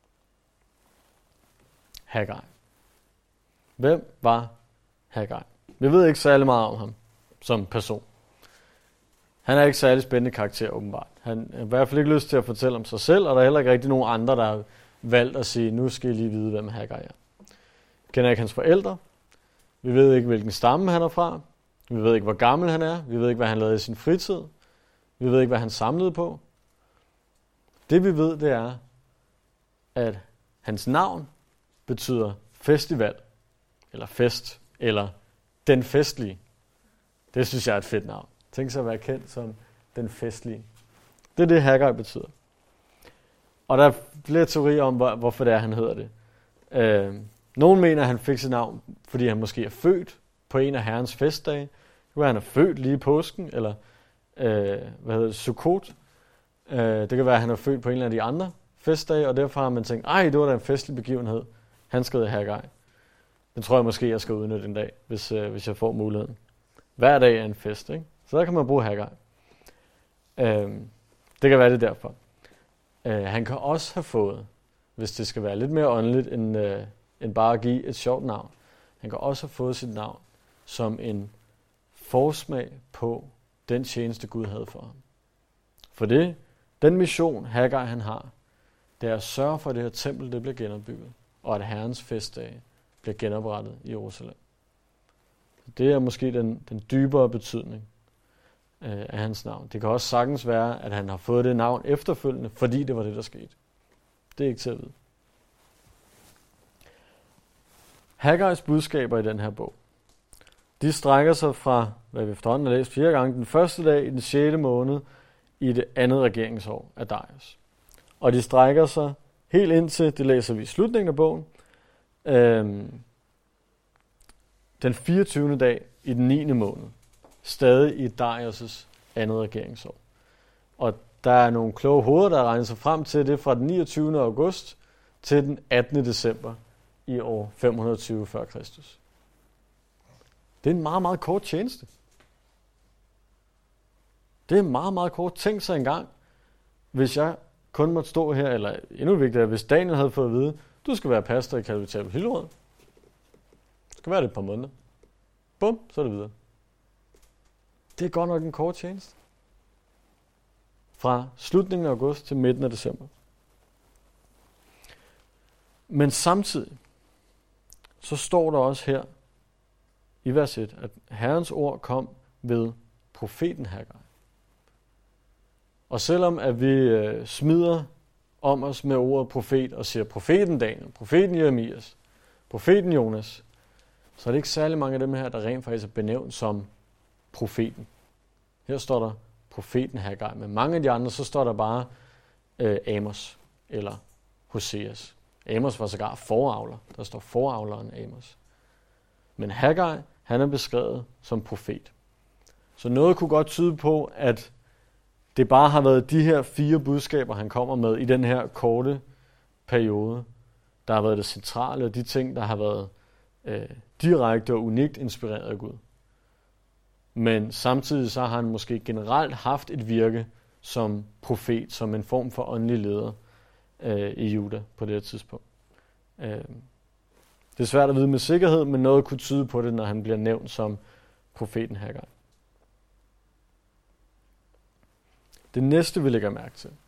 Haggai. Hvem var Haggai? Vi ved ikke særlig meget om ham som person. Han er ikke særlig spændende karakter, åbenbart. Han har i hvert fald ikke lyst til at fortælle om sig selv, og der er heller ikke rigtig nogen andre, der har valgt at sige, nu skal I lige vide, hvem Haggai er. Vi kender ikke hans forældre. Vi ved ikke, hvilken stamme han er fra. Vi ved ikke, hvor gammel han er. Vi ved ikke, hvad han lavede i sin fritid. Vi ved ikke, hvad han samlede på. Det vi ved, det er, at hans navn betyder festival, eller fest, eller den festlige. Det synes jeg er et fedt navn. Tænk sig at være kendt som den festlige. Det er det, Haggai betyder. Og der er flere teorier om, hvorfor det er, han hedder det. Nogen mener, at han fik sit navn, fordi han måske er født på en af Herrens festdage. Det kan være, at han er født lige i påsken, eller Sukkot. Det kan være, at han er født på en af de andre festdage, og derfor har man tænkt, det var da en festlig begivenhed. Han skal hedde Haggai. Den tror jeg måske, jeg skal udnytte en dag, hvis jeg får muligheden. Hver dag er en fest, ikke? Så der kan man bruge Haggai. Det kan være det derfor. Han kan også have fået, hvis det skal være lidt mere åndeligt, end bare at give et sjovt navn. Han kan også have fået sit navn som en forsmag på den tjeneste, Gud havde for ham. For den mission, Haggai han har, det er at sørge for, at det her tempel det bliver genopbygget, og at Herrens festdage bliver genoprettet i Jerusalem. Det er måske den dybere betydning af hans navn. Det kan også sagtens være, at han har fået det navn efterfølgende, fordi det var det, der skete. Det er ikke til at vide. Haggais budskaber i den her bog, de strækker sig fra, hvad vi efterhånden har læst 4 gange, den første dag i den 6. måned i det andet regeringsår af Darius. Og de strækker sig helt indtil, det læser vi i slutningen af bogen, den 24. dag i den 9. måned. Stadig i Darius' andet regeringsår. Og der er nogle kloge hoveder, der regner sig frem til det fra den 29. august til den 18. december i år 520 før Kristus. Det er en meget, meget kort tjeneste. Det er meget, meget kort. Tænk sig engang, hvis jeg kun måtte stå her, eller endnu vigtigere, hvis Daniel havde fået at vide, du skal være pastor i Kalvitabel Hillerød. Det skal være det et par måneder. Bum, så er det videre. Det er godt nok en kort tjeneste. Fra slutningen af august til midten af december. Men samtidig, så står der også her i vers 1, at Herrens ord kom ved profeten Haggai. Og selvom at vi smider om os med ordet profet og siger profeten Daniel, profeten Jeremias, profeten Jonas, så er det ikke særlig mange af dem her, der rent faktisk er benævnt som profeten. Her står der profeten Haggai, men mange af de andre, så står der bare Amos eller Hoseas. Amos var sågar foravler. Der står foravleren Amos. Men Haggai, han er beskrevet som profet. Så noget kunne godt tyde på, at det bare har været de her 4 budskaber, han kommer med i den her korte periode, der har været det centrale, og de ting, der har været direkte og unikt inspireret af Gud. Men samtidig så har han måske generelt haft et virke som profet, som en form for åndelig leder i Juda på det her tidspunkt. Det er svært at vide med sikkerhed, men noget kunne tyde på det, når han bliver nævnt som profeten Haggai. Det næste, vi lægger mærke til,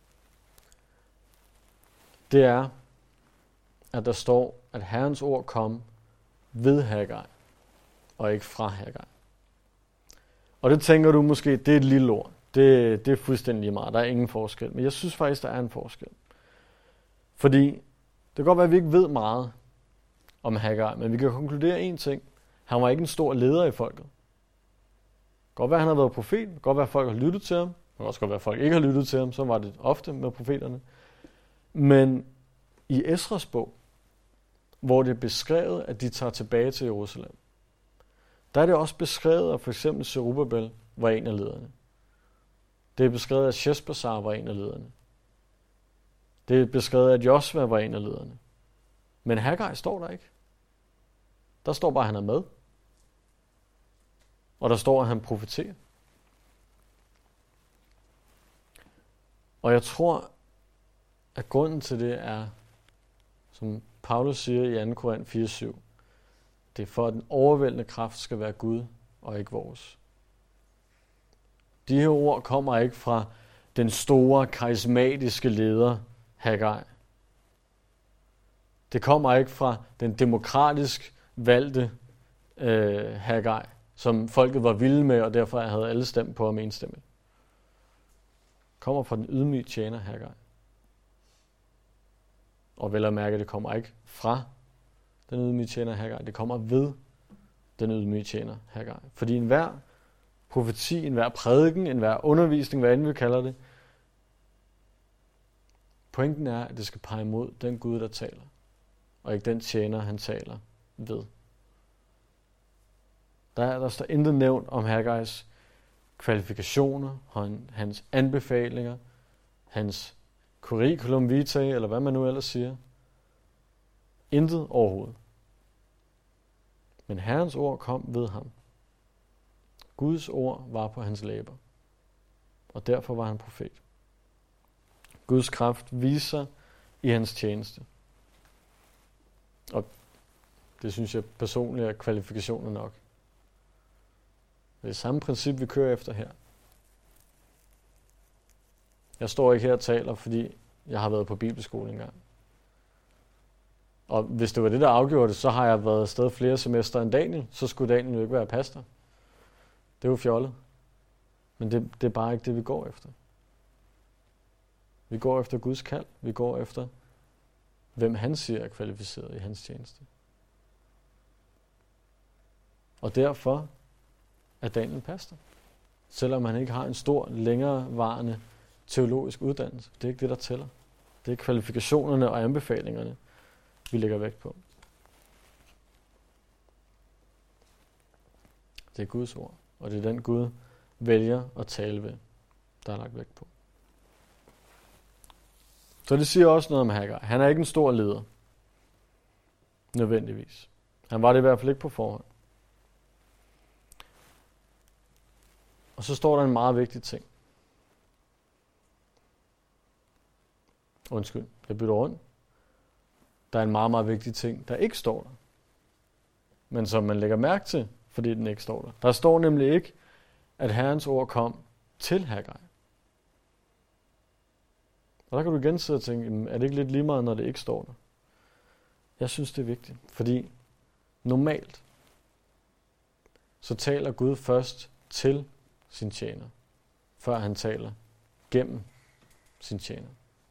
det er, at der står, at Herrens ord kom ved Haggai, og ikke fra Haggai. Og det tænker du måske, det er et lille ord. Det er fuldstændig lige meget. Der er ingen forskel. Men jeg synes faktisk, der er en forskel. Fordi det kan godt være, at vi ikke ved meget om Haggai, men vi kan konkludere en ting. Han var ikke en stor leder i folket. Det kan godt være, at han har været profet. Det kan godt være, at folk har lyttet til ham. Det kan også godt være, at folk ikke har lyttet til ham. Så var det ofte med profeterne. Men i Esras bog, hvor det er beskrevet, at de tager tilbage til Jerusalem, der er det også beskrevet, at for eksempel Zerubbabel var en af lederne. Det er beskrevet, at Sheshbazzar var en af lederne. Det er beskrevet, at Josva var en af lederne. Men Haggai står der ikke. Der står bare, at han er med. Og der står, at han profeterer. Og jeg tror, at grunden til det er, som Paulus siger i 2. Korinther 4:7, det er for, at den overvældende kraft skal være Gud og ikke vores. De her ord kommer ikke fra den store, karismatiske leder Haggai. Det kommer ikke fra den demokratisk valgte Haggai, som folket var vilde med, og derfor havde alle stemt på ham enstemmigt. Det kommer fra den ydmyge tjener Haggai. Og vel at mærke, det kommer ikke fra den ydmyge tjener Haggai. Det kommer ved den ydmyge tjener Haggai. Fordi enhver profeti, enhver prædiken, enhver undervisning, hvad end vi kalder det, pointen er, at det skal pege imod den Gud, der taler, og ikke den tjener, han taler ved. Der står intet nævnt om Haggais kvalifikationer, hans anbefalinger, hans curriculum vitae, eller hvad man nu ellers siger. Intet overhovedet. Men Herrens ord kom ved ham. Guds ord var på hans læber, og derfor var han profet. Guds kraft viser i hans tjeneste. Og det synes jeg personligt er kvalifikationer nok. Det er samme princip, vi kører efter her. Jeg står ikke her og taler, fordi jeg har været på bibelskole engang. Og hvis det var det, der afgjorde det, så har jeg været afsted flere semester end Daniel. Så skulle Daniel jo ikke være pastor. Det er jo fjollet. Men det er bare ikke det, vi går efter. Vi går efter Guds kald. Vi går efter, hvem han siger er kvalificeret i hans tjeneste. Og derfor er Daniel pastor. Selvom han ikke har en stor, længerevarende teologisk uddannelse. Det er ikke det, der tæller. Det er kvalifikationerne og anbefalingerne, vi lægger vægt på. Det er Guds ord, og det er den Gud vælger at tale ved, der er lagt vægt på. Så det siger også noget om Haggai. Han er ikke en stor leder. Nødvendigvis. Han var det i hvert fald ikke på forhånd. Og så står der en meget vigtig ting. Undskyld, jeg bytter rundt. Der er en meget, meget vigtig ting, der ikke står der. Men som man lægger mærke til, fordi den ikke står der. Der står nemlig ikke, at Herrens ord kom til Haggai. Og der kan du igen sidde og tænke, er det ikke lidt lige meget, når det ikke står der? Jeg synes, det er vigtigt, fordi normalt så taler Gud først til sin tjener, før han taler gennem sin tjener.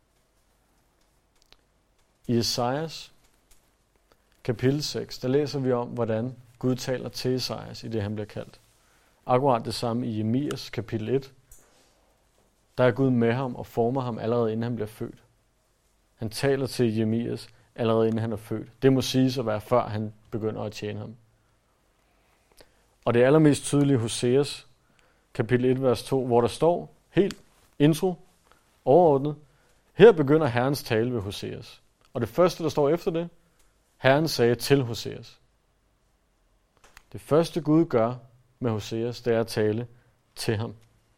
I Esajas kapitel 6, der læser vi om, hvordan Gud taler til Esajas i det, han bliver kaldt. Akkurat det samme i Jeremias kapitel 1. Der er Gud med ham og former ham allerede inden han bliver født. Han taler til Jeremias allerede inden han er født. Det må siges at være før han begynder at tjene ham. Og det er allermest tydeligt i Hoseas kapitel 1, vers 2, hvor der står helt intro, overordnet. Her begynder Herrens tale ved Hoseas. Og det første, der står efter det, Herren sagde til Hoseas. Det første Gud gør med Hoseas, det er at tale til ham.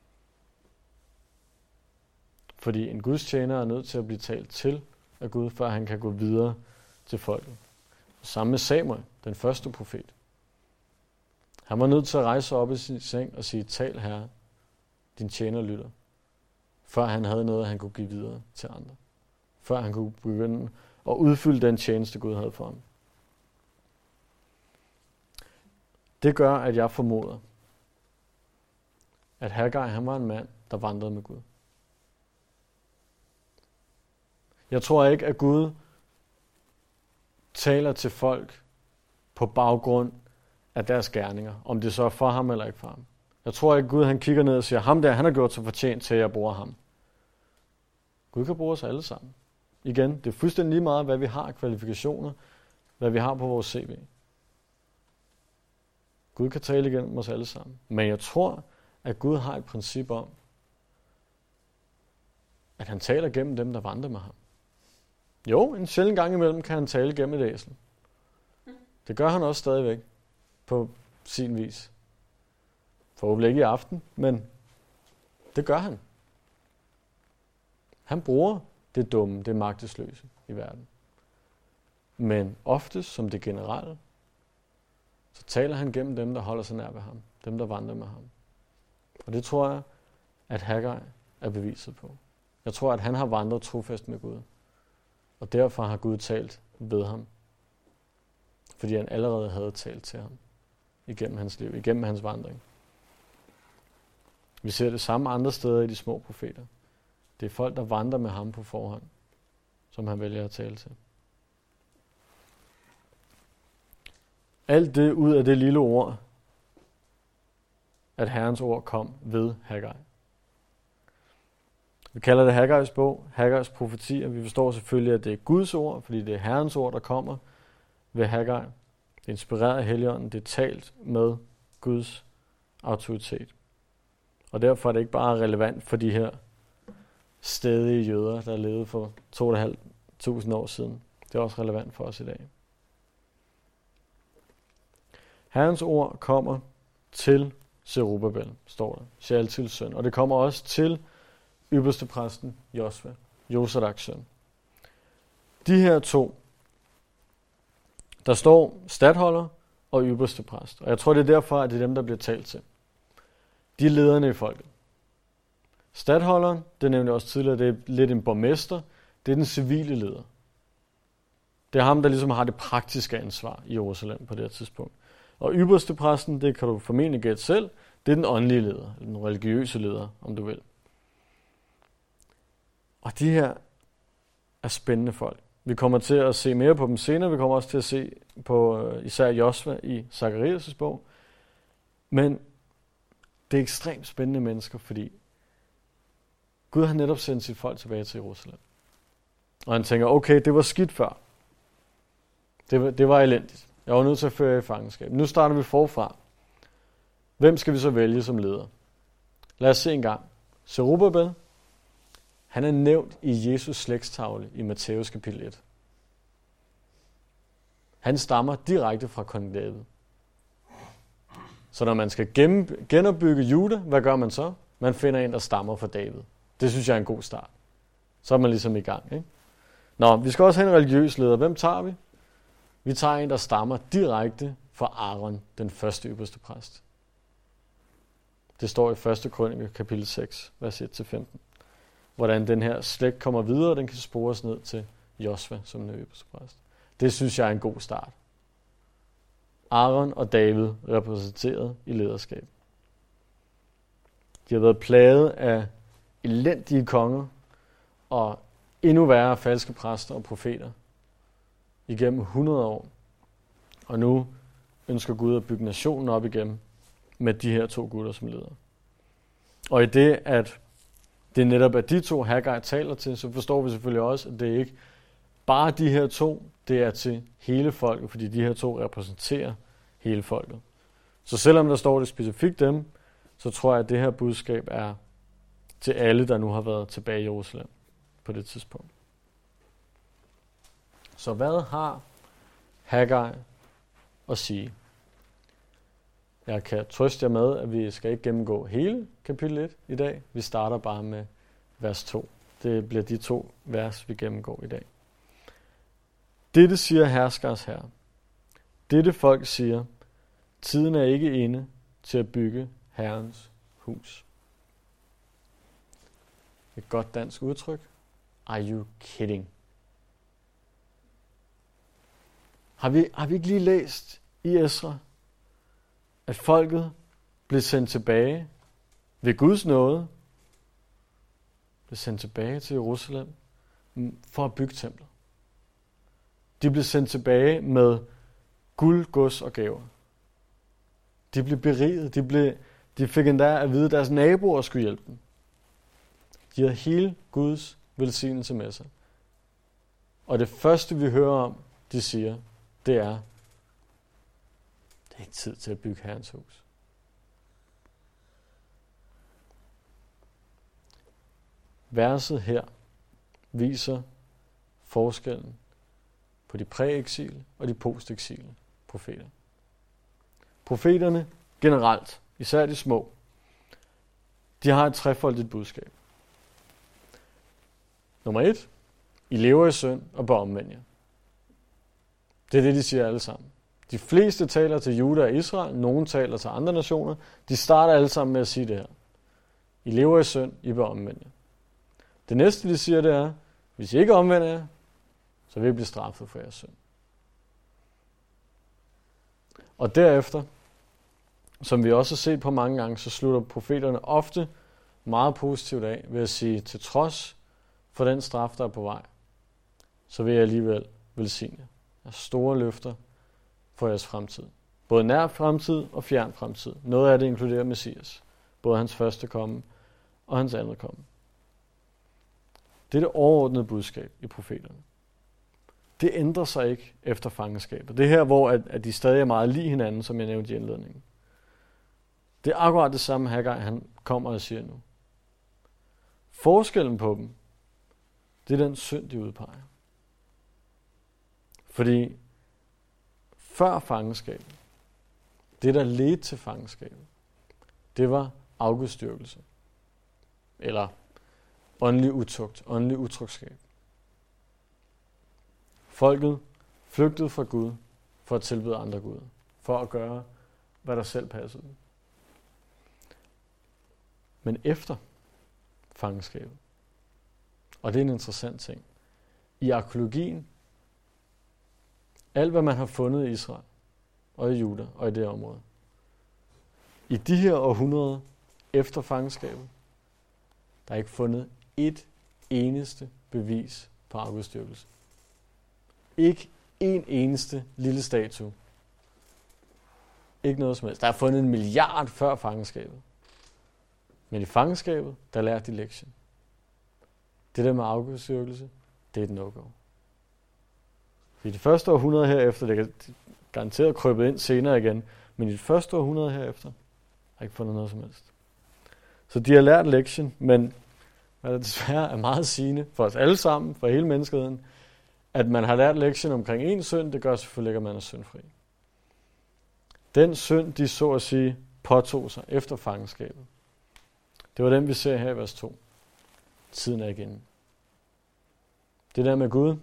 Fordi en Guds tjener er nødt til at blive talt til af Gud, før han kan gå videre til folket. Samme med Samuel, den første profet. Han var nødt til at rejse op i sin seng og sige, tal Herre, din tjener lytter. Før han havde noget, han kunne give videre til andre. Før han kunne begynde at udfylde den tjeneste, Gud havde for ham. Det gør, at jeg formoder, at Haggai, han var en mand, der vandrede med Gud. Jeg tror ikke, at Gud taler til folk på baggrund af deres gerninger, om det så er for ham eller ikke for ham. Jeg tror ikke, at Gud han kigger ned og siger, ham der, han har gjort sig fortjent til, at jeg bruger ham. Gud kan bruge os alle sammen. Igen, det er fuldstændig lige meget, hvad vi har af kvalifikationer, hvad vi har på vores CV. Gud kan tale igennem os alle sammen. Men jeg tror, at Gud har et princip om, at han taler gennem dem, der vandrer med ham. Jo, en sjælden gang imellem kan han tale gennem et æsel. Det gør han også stadigvæk på sin vis. Forhåbentlig ikke i aften, men det gør han. Han bruger det dumme, det magtesløse i verden. Men oftest, som det generelle, så taler han gennem dem, der holder sig nær ved ham. Dem, der vandrer med ham. Og det tror jeg, at Haggai er beviset på. Jeg tror, at han har vandret trofast med Gud. Og derfor har Gud talt ved ham. Fordi han allerede havde talt til ham. Igennem hans liv, igennem hans vandring. Vi ser det samme andre steder i de små profeter. Det er folk, der vandrer med ham på forhånd, som han vælger at tale til. Alt det ud af det lille ord, at Herrens ord kom ved Haggai. Vi kalder det Haggais bog, Haggais profetier. Vi forstår selvfølgelig, at det er Guds ord, fordi det er Herrens ord, der kommer ved Haggai. Det er inspireret af Helligånden, det er talt med Guds autoritet. Og derfor er det ikke bare relevant for de her stædige jøder, der levede for 2.500 år siden. Det er også relevant for os i dag. Herrens ord kommer til Zerubabel, står der, Shealtiels søn. Og det kommer også til ypperste præsten Josva, Josadaks søn. De her to, der står stadholder og ypperste præst. Og jeg tror, det er derfor, at det er dem, der bliver talt til. De er lederne i folket. Stadholderen, det nævnte jeg også tidligere, det er lidt en borgmester. Det er den civile leder. Det er ham, der ligesom har det praktiske ansvar i Jerusalem på det her tidspunkt. Og ypperste præsten, det kan du formentlig gætte selv, det er den åndelige leder, den religiøse leder, om du vil. Og de her er spændende folk. Vi kommer til at se mere på dem senere. Vi kommer også til at se på især Josva i Zakarias' bog. Men det er ekstremt spændende mennesker, fordi Gud har netop sendt sit folk tilbage til Jerusalem. Og han tænker, okay, det var skidt før. Det var elendigt. Jeg var nødt til at føre jer i fangenskab. Nu starter vi forfra. Hvem skal vi så vælge som leder? Lad os se en gang. Zerubbabel, han er nævnt i Jesus slægtstavle i Matthæus kapitel 1. Han stammer direkte fra kong David. Så når man skal genopbygge Juda, hvad gør man så? Man finder en, der stammer fra David. Det synes jeg er en god start. Så er man ligesom i gang, ikke? Nå, vi skal også have en religiøs leder. Hvem tager vi? Vi tager en, der stammer direkte fra Aaron, den første ypperste præst. Det står i 1. Krønike, kapitel 6, vers 1-15. Hvordan den her slægt kommer videre, den kan spores ned til Josva som den ypperste præst. Det synes jeg er en god start. Aaron og David repræsenteret i lederskab. De har været plaget af elendige konger og endnu værre falske præster og profeter igennem 100 år. Og nu ønsker Gud at bygge nationen op igen med de her 2 gutter som ledere. Og i det, at det netop er de 2, Haggai taler til, så forstår vi selvfølgelig også, at det ikke bare de her 2, det er til hele folket, fordi de her 2 repræsenterer hele folket. Så selvom der står det specifikt dem, så tror jeg, at det her budskab er til alle, der nu har været tilbage i Jerusalem på det tidspunkt. Så hvad har Haggai at sige? Jeg kan trøste jer med, at vi skal ikke gennemgå hele kapitel 1 i dag. Vi starter bare med vers 2. Det bliver de 2 vers, vi gennemgår i dag. Dette siger herskers herre. Dette folk siger, tiden er ikke inde til at bygge Herrens hus. Et godt dansk udtryk. Are you kidding? Har vi ikke lige læst i Esra, at folket blev sendt tilbage ved Guds nåde, blev sendt tilbage til Jerusalem for at bygge templet. De blev sendt tilbage med guld, gods og gaver. De blev beriget. De fik endda at vide, at deres naboer skulle hjælpe dem. De havde hele Guds velsignelse med sig. Og det første, vi hører om, de siger, det er ikke tid til at bygge Herrens hus. Verset her viser forskellen på de præ-eksil og de post-eksil profeter. Profeterne generelt, især de små, de har et trefoldigt budskab. Nummer 1. I lever i synd og bør omvende jer. Det er det, de siger alle sammen. De fleste taler til Juda og Israel, nogen taler til andre nationer. De starter alle sammen med at sige det her. I lever i synd, I bør omvende jer. Det næste, de siger, det er, hvis I ikke omvender jer, så vil I blive straffet for jeres synd. Og derefter, som vi også har set på mange gange, så slutter profeterne ofte meget positivt af ved at sige, til trods for den straf, der er på vej, så vil jeg alligevel velsigne jer. Jeg har store løfter for jeres fremtid. Både nær fremtid og fjern fremtid. Noget af det inkluderer Messias. Både hans første komme og hans andet komme. Det er det overordnede budskab i profeterne. Det ændrer sig ikke efter fangenskabet. Det er her, hvor at de stadig er meget lige hinanden, som jeg nævnte i indledningen. Det er akkurat det samme, Haggai han kommer og siger nu. Forskellen på dem, det er den synd, de udpeger. Fordi før fangenskabet, det der ledte til fangenskabet, det var afgudstyrkelse. Eller åndelig utugt, åndelig utrygskab. Folket flygtede fra Gud for at tilbede andre guder. For at gøre, hvad der selv passede. Men efter fangenskabet, og det er en interessant ting, i arkeologien, alt hvad man har fundet i Israel, og i Juda, og i det område, i de her århundreder efter fangenskabet, der er ikke fundet et eneste bevis på afgudstyrkelse. Ikke en eneste lille statue. Ikke noget som helst. Der er fundet 1 milliard før fangenskabet. Men i fangenskabet, der lærte de lektion. Det der med afgudsdyrkelse, det er et no-go. I de første århundrede herefter, det kan garanteret krøbet ind senere igen, men i de første århundrede herefter, har ikke fundet noget som helst. Så de har lært lektion, men hvad der desværre er meget sigende for os alle sammen, for hele menneskeheden, at man har lært lektion omkring en synd, det gør selvfølgelig ikke, at man er syndfri. Den synd, de så at sige, påtog sig efter fangenskabet. Det var den, vi ser her i vers 2. Tiden er igen. Det der med Gud,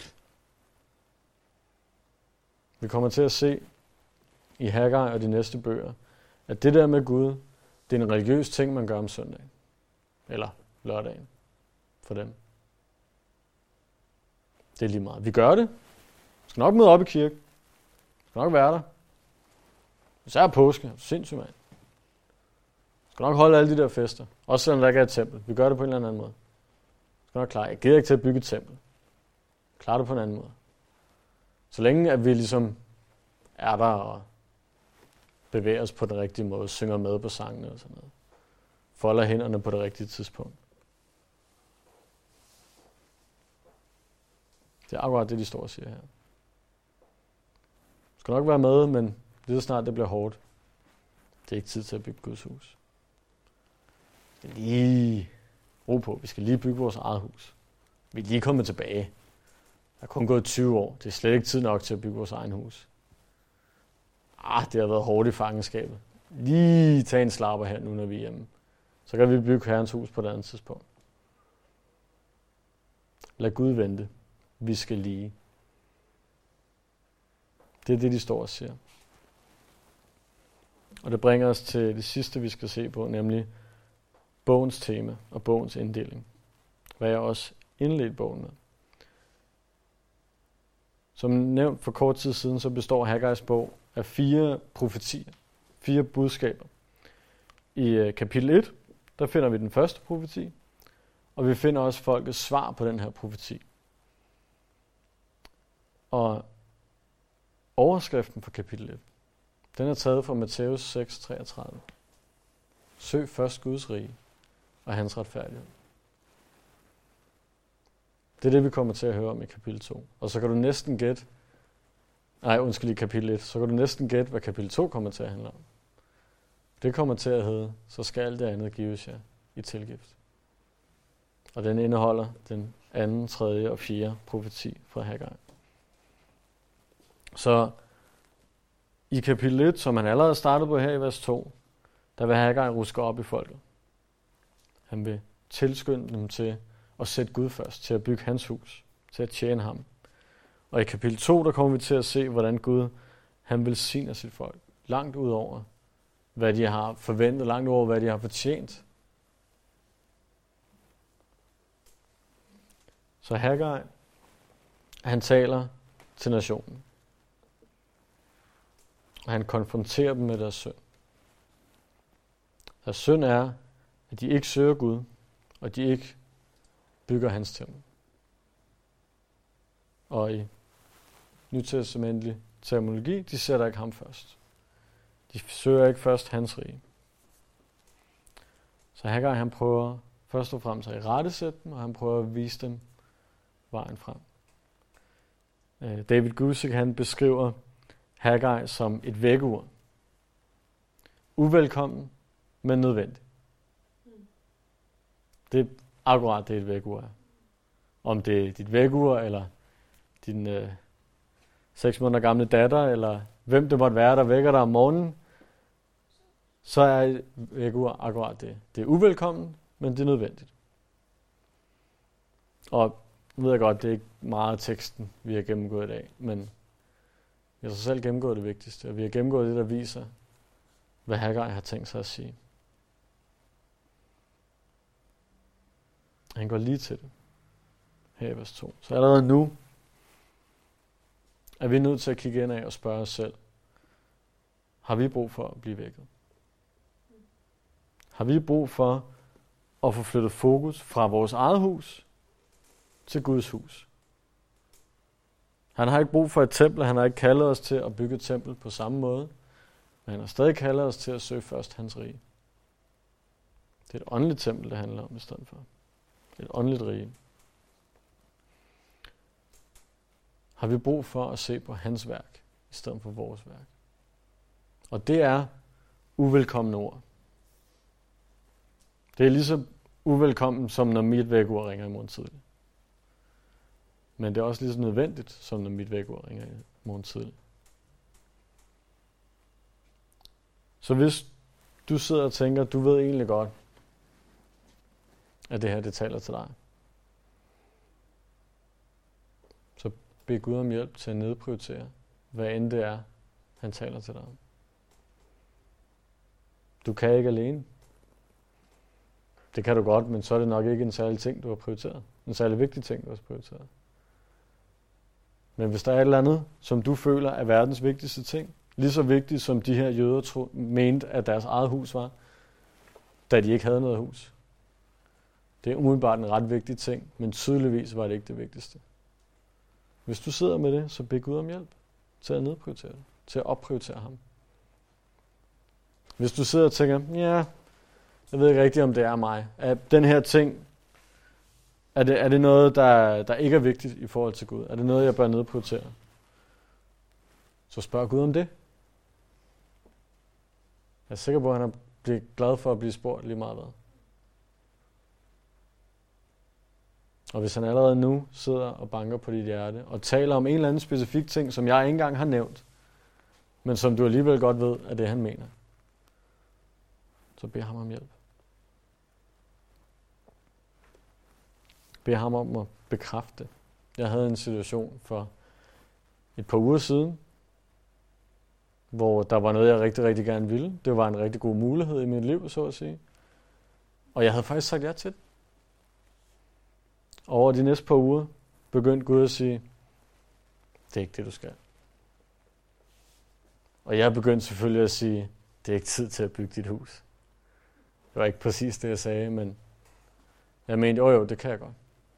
vi kommer til at se i Haggai og de næste bøger, at det der med Gud, det er en religiøs ting, man gør om søndagen. Eller lørdagen. For dem. Det er lige meget. Vi gør det. Vi skal nok møde op i kirke. Vi skal nok være der. Hvis er påske, sindssygt mand. Vi skal nok holde alle de der fester. Også selvom der ikke er et tempel. Vi gør det på en eller anden måde. Vi skal nok klare. Jeg gider ikke til at bygge et tempel. Klare det på en anden måde. Så længe at vi ligesom er der og bevæger os på den rigtige måde, synger med på sangene og sådan noget. Folder hænderne på det rigtige tidspunkt. Det er akkurat det, de står og siger her. Du skal nok være med, men lige så snart det bliver hårdt. Det er ikke tid til at bygge Guds hus. Vi skal lige ro på. Vi skal lige bygge vores eget hus. Vi er lige kommet tilbage. Der er kun gået 20 år. Det er slet ikke tid nok til at bygge vores egen hus. Det har været hårdt i fangenskabet. Lige tage en slapper her nu, når vi er hjemme. Så kan vi bygge Herrens hus på et andet tidspunkt. Lad Gud vente. Vi skal lige. Det er det, de står og siger. Og det bringer os til det sidste, vi skal se på, nemlig bogens tema og bogens inddeling. Hvad jeg også indledte bogen med. Som nævnt for kort tid siden, så består Haggais bog af 4 profetier, 4 budskaber. I kapitel 1, der finder vi den første profeti, og vi finder også folkets svar på den her profeti. Og overskriften for kapitel 1, den er taget fra Matthæus 6:33. Søg først Guds rige og hans retfærdighed. Det er det, vi kommer til at høre om i kapitel 2. Og så kan du næsten gætte, i kapitel 1, så kan du næsten gætte, hvad kapitel 2 kommer til at handle om. Det kommer til at hedde, så skal alt det andet gives jer i tilgift. Og den indeholder den 2., 3. og 4. profeti fra Haggai. Så i kapitel 1, som han allerede startede på her i vers 2, der vil Haggai ruske op i folket. Han vil tilskynde dem til at sætte Gud først, til at bygge hans hus, til at tjene ham. Og i kapitel 2, der kommer vi til at se, hvordan Gud, han velsigner sit folk. Langt ud over, hvad de har forventet, langt over, hvad de har fortjent. Så Haggai, han taler til nationen. Og han konfronterer dem med deres synd. Deres synd er, at de ikke søger Gud, og de ikke bygger hans tempel. Og i nytestamentlig terminologi, de sætter ikke ham først. De søger ikke først hans rige. Så Haggai, han prøver først og fremmest at irettesætte dem, og han prøver at vise dem vejen frem. David Guzik, han beskriver Haggai som et vækkeur. Uvelkommen, men nødvendig. Det er akkurat det, et vækkeur er. Om det er dit vækkeur, eller din 6 måneder gamle datter, eller hvem det måtte være, der vækker dig om morgenen, så er et vækkeur akkurat det. Det er uvelkommen, men det er nødvendigt. Og nu ved jeg godt, det er ikke meget af teksten, vi har gennemgået i dag, men vi har så selv gennemgået det vigtigste, og vi har gennemgået det, der viser, hvad Haggai har tænkt sig at sige. Han går lige til det, her i vers 2. Så allerede nu er vi nødt til at kigge ind af og spørge os selv, har vi brug for at blive vækket? Har vi brug for at få flyttet fokus fra vores eget hus til Guds hus? Han har ikke brug for et tempel, han har ikke kaldet os til at bygge et tempel på samme måde. Men han har stadig kaldet os til at søge først hans rige. Det er et åndeligt tempel, det handler om i stedet for. Det er et åndeligt rige. Har vi brug for at se på hans værk, i stedet for vores værk. Og det er uvelkomne ord. Det er lige så uvelkommen, som når mit vækkeur ringer i morgen tidlig. Men det er også lige så nødvendigt, som når mit vækkeur ringer i morgen tidlig. Så hvis du sidder og tænker, du ved egentlig godt, at det her, det taler til dig, så bed Gud om hjælp til at nedprioritere, hvad end det er, han taler til dig om. Du kan ikke alene. Det kan du godt, men så er det nok ikke en særlig ting, du har prioriteret. En særlig vigtig ting, du har prioriteret. Men hvis der er et eller andet, som du føler er verdens vigtigste ting, lige så vigtigt som de her jøder mente, at deres eget hus var, da de ikke havde noget hus. Det er umiddelbart en ret vigtig ting, men tydeligvis var det ikke det vigtigste. Hvis du sidder med det, så bed Gud om hjælp til at nedprioritere det, til at opprioritere ham. Hvis du sidder og tænker, ja, jeg ved ikke rigtigt, om det er mig. Er den her ting, er det noget, der ikke er vigtigt i forhold til Gud? Er det noget, jeg bør nedprioritere? Så spørg Gud om det. Jeg er sikker på, at han bliver glad for at blive spurgt lige meget hvad. Og hvis han allerede nu sidder og banker på dit hjerte, og taler om en eller anden specifik ting, som jeg ikke engang har nævnt, men som du alligevel godt ved, er det han mener, så bed ham om hjælp. Bed ham om at bekræfte det. Jeg havde en situation for et par uger siden, hvor der var noget, jeg rigtig, rigtig gerne ville. Det var en rigtig god mulighed i mit liv, så at sige. Og jeg havde faktisk sagt ja til det. Over de næste par uger begyndte Gud at sige, det er ikke det, du skal. Og jeg begyndte selvfølgelig at sige, det er ikke tid til at bygge dit hus. Det var ikke præcis det, jeg sagde, men jeg mente, jo, det kan jeg godt.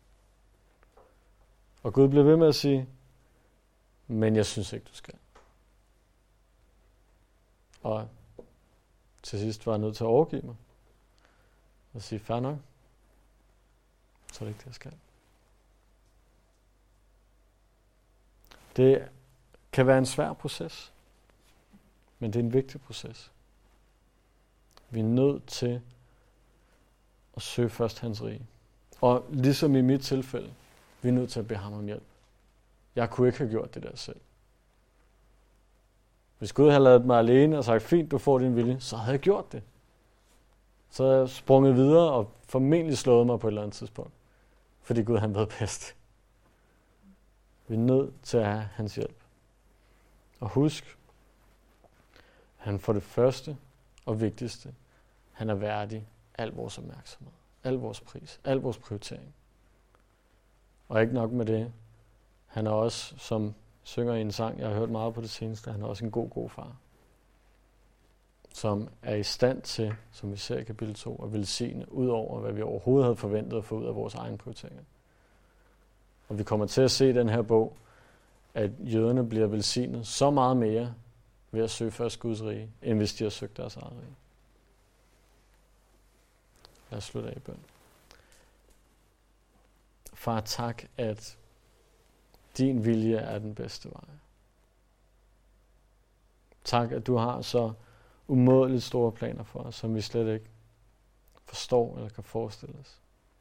Og Gud blev ved med at sige, men jeg synes ikke, du skal. Og til sidst var jeg nødt til at overgive mig. Og sige, fair nok. Så er det ikke det, jeg skal. Det kan være en svær proces. Men det er en vigtig proces. Vi er nødt til at søge først hans rige. Og ligesom i mit tilfælde, vi er nødt til at bede ham om hjælp. Jeg kunne ikke have gjort det der selv. Hvis Gud havde ladet mig alene og sagt, fint, du får din vilje, så havde jeg gjort det. Så havde jeg sprunget videre og formentlig slået mig på et eller andet tidspunkt. Fordi Gud han ved bedst. Vi er nødt til at have hans hjælp. Og husk, han for det første og vigtigste, han er værdig al vores opmærksomhed, al vores pris, al vores prioritering. Og ikke nok med det, han er også, som synger i en sang, jeg har hørt meget på det seneste, han er også en god far. Som er i stand til, som vi ser i kapitel 2, at velsigne ud over, hvad vi overhovedet havde forventet at få ud af vores egne prioriteringer. Og vi kommer til at se i den her bog, at jøderne bliver velsignet så meget mere ved at søge først Guds rige, end hvis de har søgt deres eget rige. Lad os slutte af i bøn. Far, tak, at din vilje er den bedste vej. Tak, at du har så umådeligt store planer for os, som vi slet ikke forstår eller kan forestille os.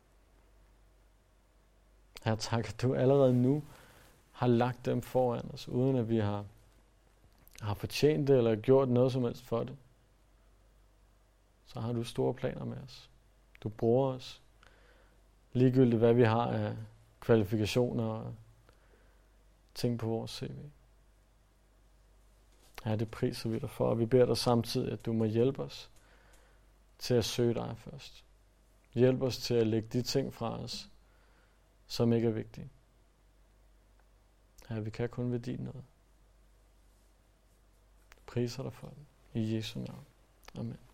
Herre, tak, at du allerede nu har lagt dem foran os, uden at vi har fortjent det eller gjort noget som helst for det. Så har du store planer med os. Du bruger os. Ligegyldigt hvad vi har af kvalifikationer og ting på vores CV. Herre, det priser vi dig for, og vi beder dig samtidig, at du må hjælpe os til at søge dig først. Hjælp os til at lægge de ting fra os, som ikke er vigtige. Herre, vi kan kun ved din nåde. Priser dig for det. I Jesu navn. Amen.